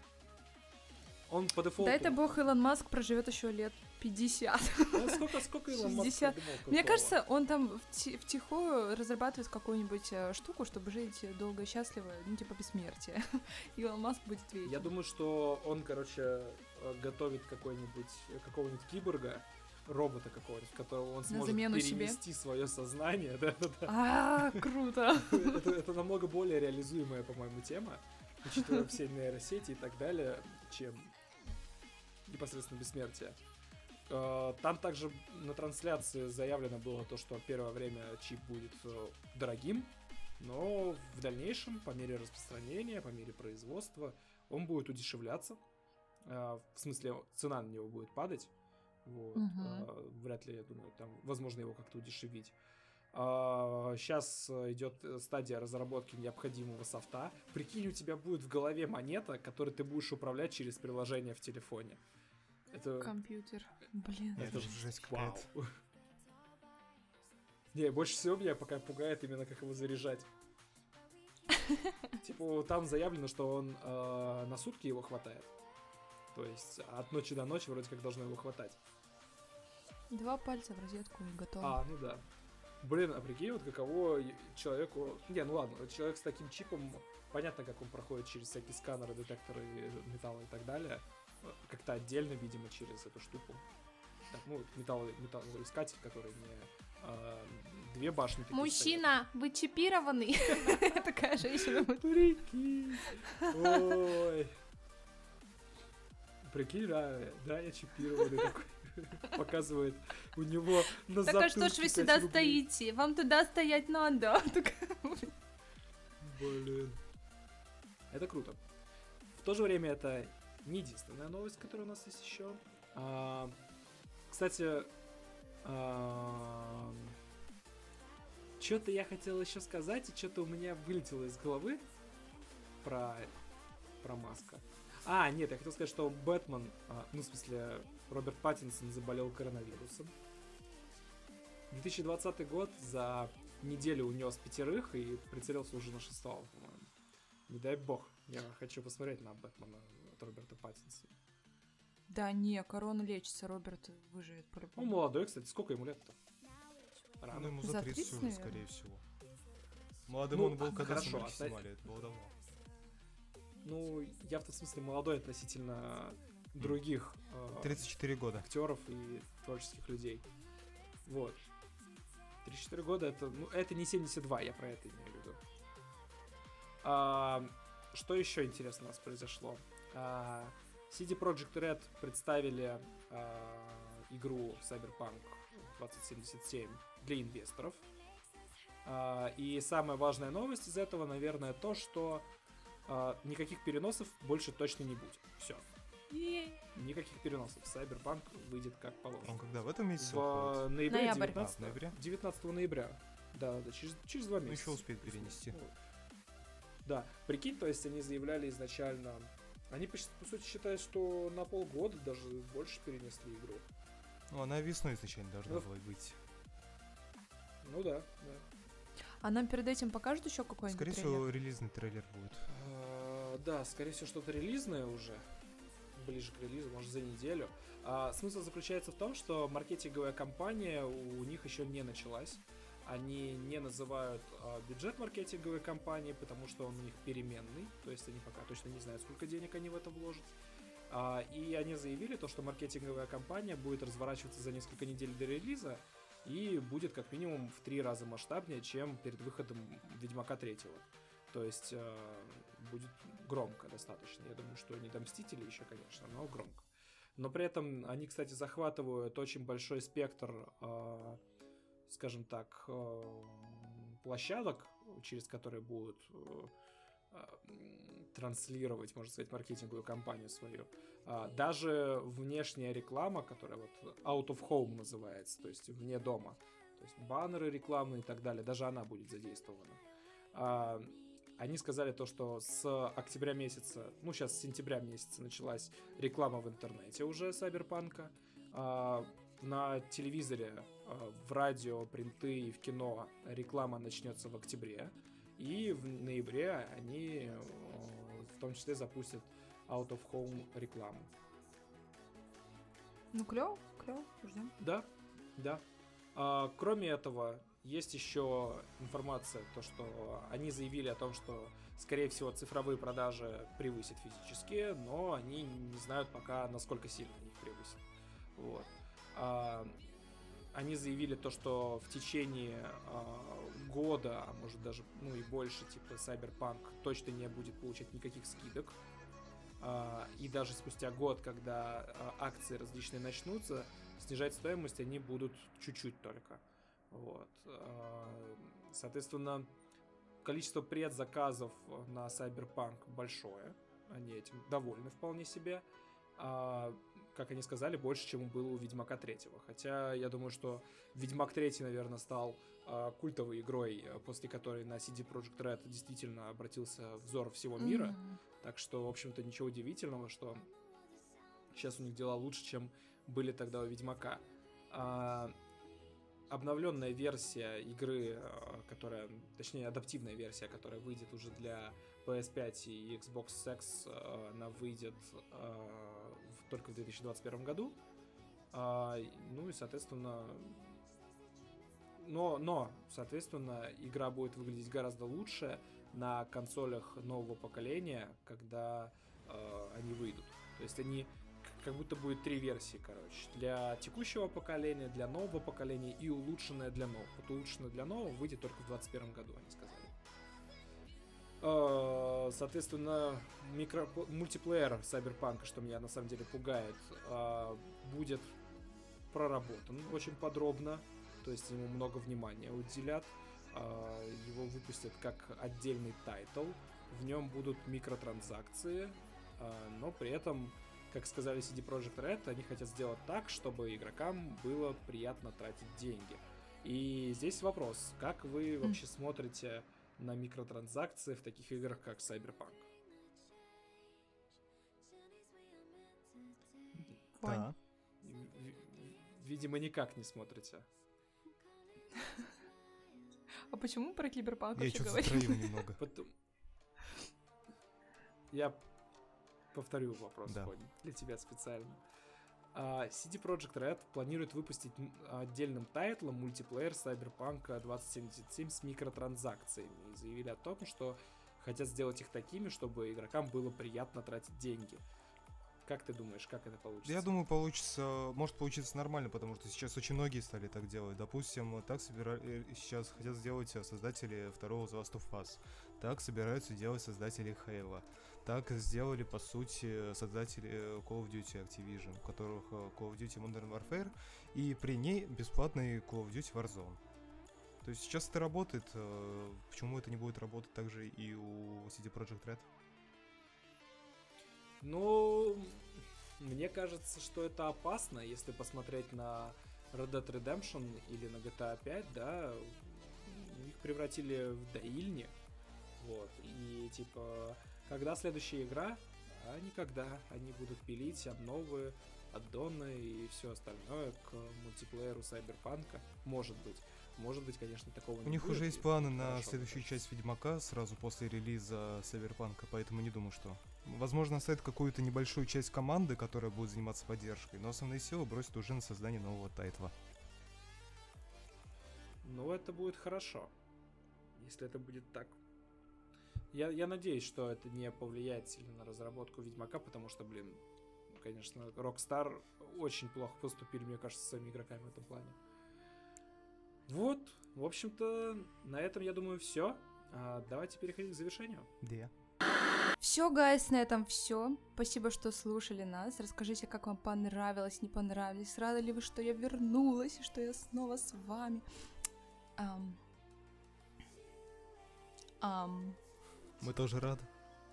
он по дефолту... Дай-то бог, Илон Маск проживет еще лет пятьдесят. Ну, сколько, сколько Илон Маск шестьдесят. придумал Мне крутого? кажется, он там вти- втихую разрабатывает какую-нибудь э, штуку, чтобы жить долго и счастливо, ну, типа бессмертие. Илон Маск будет вечен. Я думаю, что он, короче, э, готовит какой-нибудь, какого-нибудь киборга, робота какого-нибудь, которого он сможет замену себе. перенести свое сознание. Да-да-да. А, круто. Это, это намного более реализуемая, по-моему, тема, учитывая все нейросети и так далее, чем непосредственно бессмертие. Э, Там также на трансляции заявлено было то, что первое время чип будет э, дорогим, но в дальнейшем, по мере распространения, по мере производства, он будет удешевляться. Э, В смысле, цена на него будет падать. Вот. Мгм. Э, Вряд ли, я думаю, там возможно его как-то удешевить. Сейчас идет стадия разработки необходимого софта. Прикинь, у тебя будет в голове монета, которой ты будешь управлять через приложение в телефоне. Это... Компьютер. Блин. Это же жесть какая-то. Вау. Не, больше всего меня пока пугает именно как его заряжать. Типа там заявлено, что он э, на сутки его хватает. То есть от ночи до ночи вроде как должно его хватать. Два пальца в розетку и готово. А, ну да. Блин, а прикинь, вот каково е- человеку... Не, ну ладно, вот человек с таким чипом, понятно, как он проходит через всякие сканеры, детекторы металла и так далее. Как-то отдельно, видимо, через эту штуку. Так, ну, металл, металлоискатель, который не а, две башни такие Мужчина, вы чипированный. Такая женщина. стоят. Прикинь. Ой. Прикинь, да, да, я чипированный такой. Показывает у него на Так а что ж затылке вы пять сюда рублей. стоите? Вам туда стоять надо. Блин. Это круто. В то же время это не единственная новость, которая у нас есть еще. А, кстати, а, что-то я хотел еще сказать, и что-то у меня вылетело из головы про, про Маска. А, нет, я хотел сказать, что Бэтмен, а, ну, в смысле, Роберт Паттинсон заболел коронавирусом. две тысячи двадцатый год за неделю унес пятерых и прицелился уже на шестого, по-моему. Не дай бог, я хочу посмотреть на Бэтмена от Роберта Паттинсона. Да не, корона лечится, Роберт выживет Он по-любому. молодой, кстати, сколько ему лет-то? Ну, Рано. ему За за тридцать тридцать, уже, наверное. скорее всего. Молодым Ну, он был, а, когда хорошо, «Сумерки» оставь- снимали, это было давно. Ну, я в том смысле молодой относительно других э, тридцать четыре года. актеров и творческих людей. Вот. тридцать четыре года это, ну, это не семьдесят два, я про это имею в виду. А, что еще интересно у нас произошло? А, си ди Projekt Red представили а, игру Cyberpunk двадцать семьдесят семь для инвесторов. А, и самая важная новость из этого, наверное, то, что а, никаких переносов больше точно не будет. Все. Никаких переносов. Cyberpunk выйдет как положено. Он когда в этом месяце В ноябре, Ноябрь. девятнадцатого, А, в ноябре? девятнадцатого ноября. Да, да, через, через два Ну, месяца. еще успеет перенести. Вот. Да, прикинь, то есть они заявляли изначально... Они, по, по сути, считают, что на полгода даже больше перенесли игру. Ну, она весной изначально должна Ну, была быть. Ну да, да. А нам перед этим покажут еще какой-нибудь Скорее трейлер? всего, релизный трейлер будет. А, да, скорее всего, что-то релизное уже. Ближе к релизу, может, за неделю. А, смысл заключается в том, что маркетинговая кампания у них еще не началась. Они не называют а, бюджет маркетинговой кампании, потому что он у них переменный. То есть они пока точно не знают, сколько денег они в это вложат. А, и они заявили то, что маркетинговая кампания будет разворачиваться за несколько недель до релиза и будет как минимум в три раза масштабнее, чем перед выходом Ведьмака третьего. То есть э, будет громко достаточно. Я думаю, что не до Мстителей еще, конечно, но громко. Но при этом они, кстати, захватывают очень большой спектр, э, скажем так, э, площадок, через которые будут э, э, транслировать, можно сказать, маркетинговую кампанию свою. Э, даже внешняя реклама, которая вот out of home называется, то есть вне дома, то есть баннеры рекламные и так далее, даже она будет задействована. Э, Они сказали то, что с октября месяца, ну сейчас с сентября месяца началась реклама в интернете уже Cyberpunk'а. А, на телевизоре, а, в радио, принты и в кино реклама начнется в октябре. И в ноябре они а, в том числе запустят out of home рекламу. Ну, клево, клево, ждем. Да, да. А, кроме этого, есть еще информация, то, что они заявили о том, что, скорее всего, цифровые продажи превысят физические, но они не знают пока, насколько сильно они их превысят. Вот. А, они заявили то, что в течение а, года, а может даже ну и больше, типа Cyberpunk точно не будет получать никаких скидок. А, и даже спустя год, когда а, акции различные начнутся, снижать стоимость они будут чуть-чуть только. Вот. Соответственно, количество предзаказов на Cyberpunk большое. Они этим довольны вполне себе. А, как они сказали, больше, чем было у Ведьмака третьего. Хотя я думаю, что Ведьмак третий, наверное, стал а, культовой игрой, после которой на си ди Projekt Red действительно обратился взор всего мира. Мгм. Так что, в общем-то, ничего удивительного, что сейчас у них дела лучше, чем были тогда у Ведьмака. А, обновленная версия игры, которая, точнее, адаптивная версия, которая выйдет уже для пи эс пять и Xbox X, она выйдет э, в, только в две тысячи двадцать первом году. А, ну и, соответственно, но, но, соответственно, игра будет выглядеть гораздо лучше на консолях нового поколения, когда э, они выйдут. То есть они как будто будет три версии, короче. Для текущего поколения, для нового поколения и улучшенная для нового. Вот улучшенная для нового выйдет только в двадцать первом году, они сказали. Соответственно, микро... мультиплеер Cyberpunk, что меня на самом деле пугает, будет проработан очень подробно. То есть ему много внимания уделят. Его выпустят как отдельный тайтл. В нем будут микротранзакции, но при этом, как сказали си ди Projekt Red, они хотят сделать так, чтобы игрокам было приятно тратить деньги. И здесь вопрос, как вы вообще смотрите на микротранзакции в таких играх, как Cyberpunk? Да. Видимо, никак не смотрите. А почему про Киберпанк Я вообще что-то говорим? затроил немного. Потом... Я повторю вопрос, Да. Фонни, для тебя специально. Uh, си ди Projekt Red планирует выпустить отдельным тайтлом мультиплеер Cyberpunk двадцать семьдесят семь с микротранзакциями и заявили о том, что хотят сделать их такими, чтобы игрокам было приятно тратить деньги. Как ты думаешь, как это получится? Я думаю, получится, может получиться нормально, потому что сейчас очень многие стали так делать. Допустим, так собира... сейчас хотят сделать создатели второго The Last of Us. Так собираются делать создатели Halo. Так сделали, по сути, создатели Call of Duty Activision, у которых Call of Duty Modern Warfare, и при ней бесплатный Call of Duty Warzone. То есть сейчас это работает, почему это не будет работать также и у си ди Projekt Red? Ну, мне кажется, что это опасно, если посмотреть на Red Dead Redemption или на джи ти эй пять, да, их превратили в доильни, вот, и, типа, когда следующая игра, а никогда они будут пилить обновы, аддоны и все остальное к мультиплееру Сайберпанка, может быть. Может быть, конечно, такого не У будет. них уже есть планы на Хорошо, следующую кажется. часть Ведьмака сразу после релиза Сайберпанка, поэтому не думаю, что... Возможно, оставят какую-то небольшую часть команды, которая будет заниматься поддержкой, но основные силы бросят уже на создание нового тайтла. Ну, это будет хорошо, если это будет так. Я, я надеюсь, что это не повлияет сильно на разработку Ведьмака, потому что, блин, конечно, Rockstar очень плохо поступили, мне кажется, с своими игроками в этом плане. Вот, в общем-то, на этом, я думаю, все. А, давайте переходить к завершению. Да. Все, гайс, на этом все. Спасибо, что слушали нас. Расскажите, как вам понравилось, не понравилось. Рады ли вы, что я вернулась, и что я снова с вами. Ам. Ам. Мы тоже рады.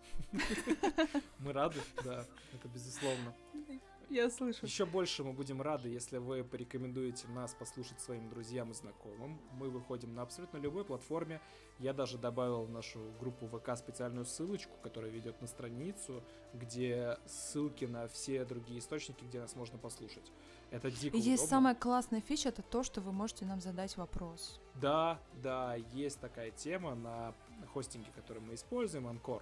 Мы рады, да, это безусловно. Я слышу. Еще больше мы будем рады, если вы порекомендуете нас послушать своим друзьям и знакомым. Мы выходим на абсолютно любой платформе. Я даже добавил в нашу группу ВК специальную ссылочку, которая ведет на страницу, где ссылки на все другие источники, где нас можно послушать. Это дико И есть удобно. самая классная фича, это то, что вы можете нам задать вопрос. Да, да, есть такая тема на хостинге, который мы используем, Анкор.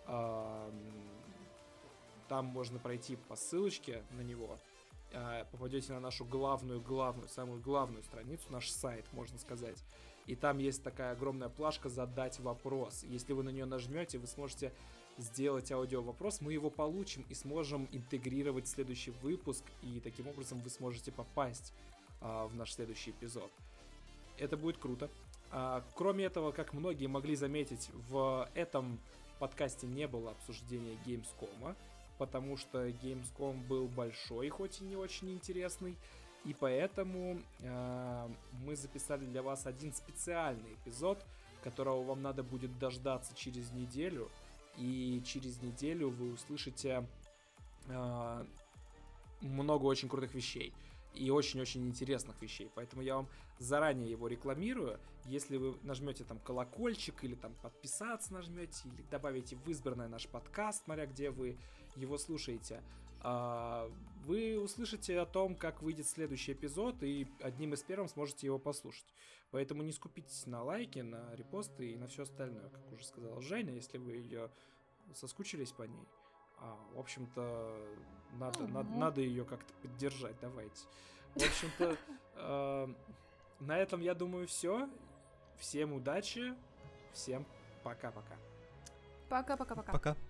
Там можно пройти по ссылочке на него, попадете на нашу главную-главную, самую главную страницу, наш сайт, можно сказать. И там есть такая огромная плашка «Задать вопрос». Если вы на нее нажмете, вы сможете сделать аудиовопрос, мы его получим и сможем интегрировать в следующий выпуск, и таким образом вы сможете попасть а, в наш следующий эпизод. Это будет круто. А, кроме этого, как многие могли заметить, в этом подкасте не было обсуждения Gamescom, потому что Gamescom был большой, хоть и не очень интересный, и поэтому э, мы записали для вас один специальный эпизод, которого вам надо будет дождаться через неделю, и через неделю вы услышите э, много очень крутых вещей и очень-очень интересных вещей, поэтому я вам заранее его рекламирую. Если вы нажмете там колокольчик или там подписаться нажмете, или добавите в избранное наш подкаст, смотря где вы его слушаете, вы услышите о том, как выйдет следующий эпизод, и одним из первых сможете его послушать. Поэтому не скупитесь на лайки, на репосты и на все остальное, как уже сказала Женя, если вы ее соскучились по ней. А, в общем-то, надо, Mm-hmm. надо, надо ее как-то поддержать, давайте. В общем-то, э, на этом, я думаю, все. Всем удачи, всем пока-пока. Пока-пока-пока. Пока.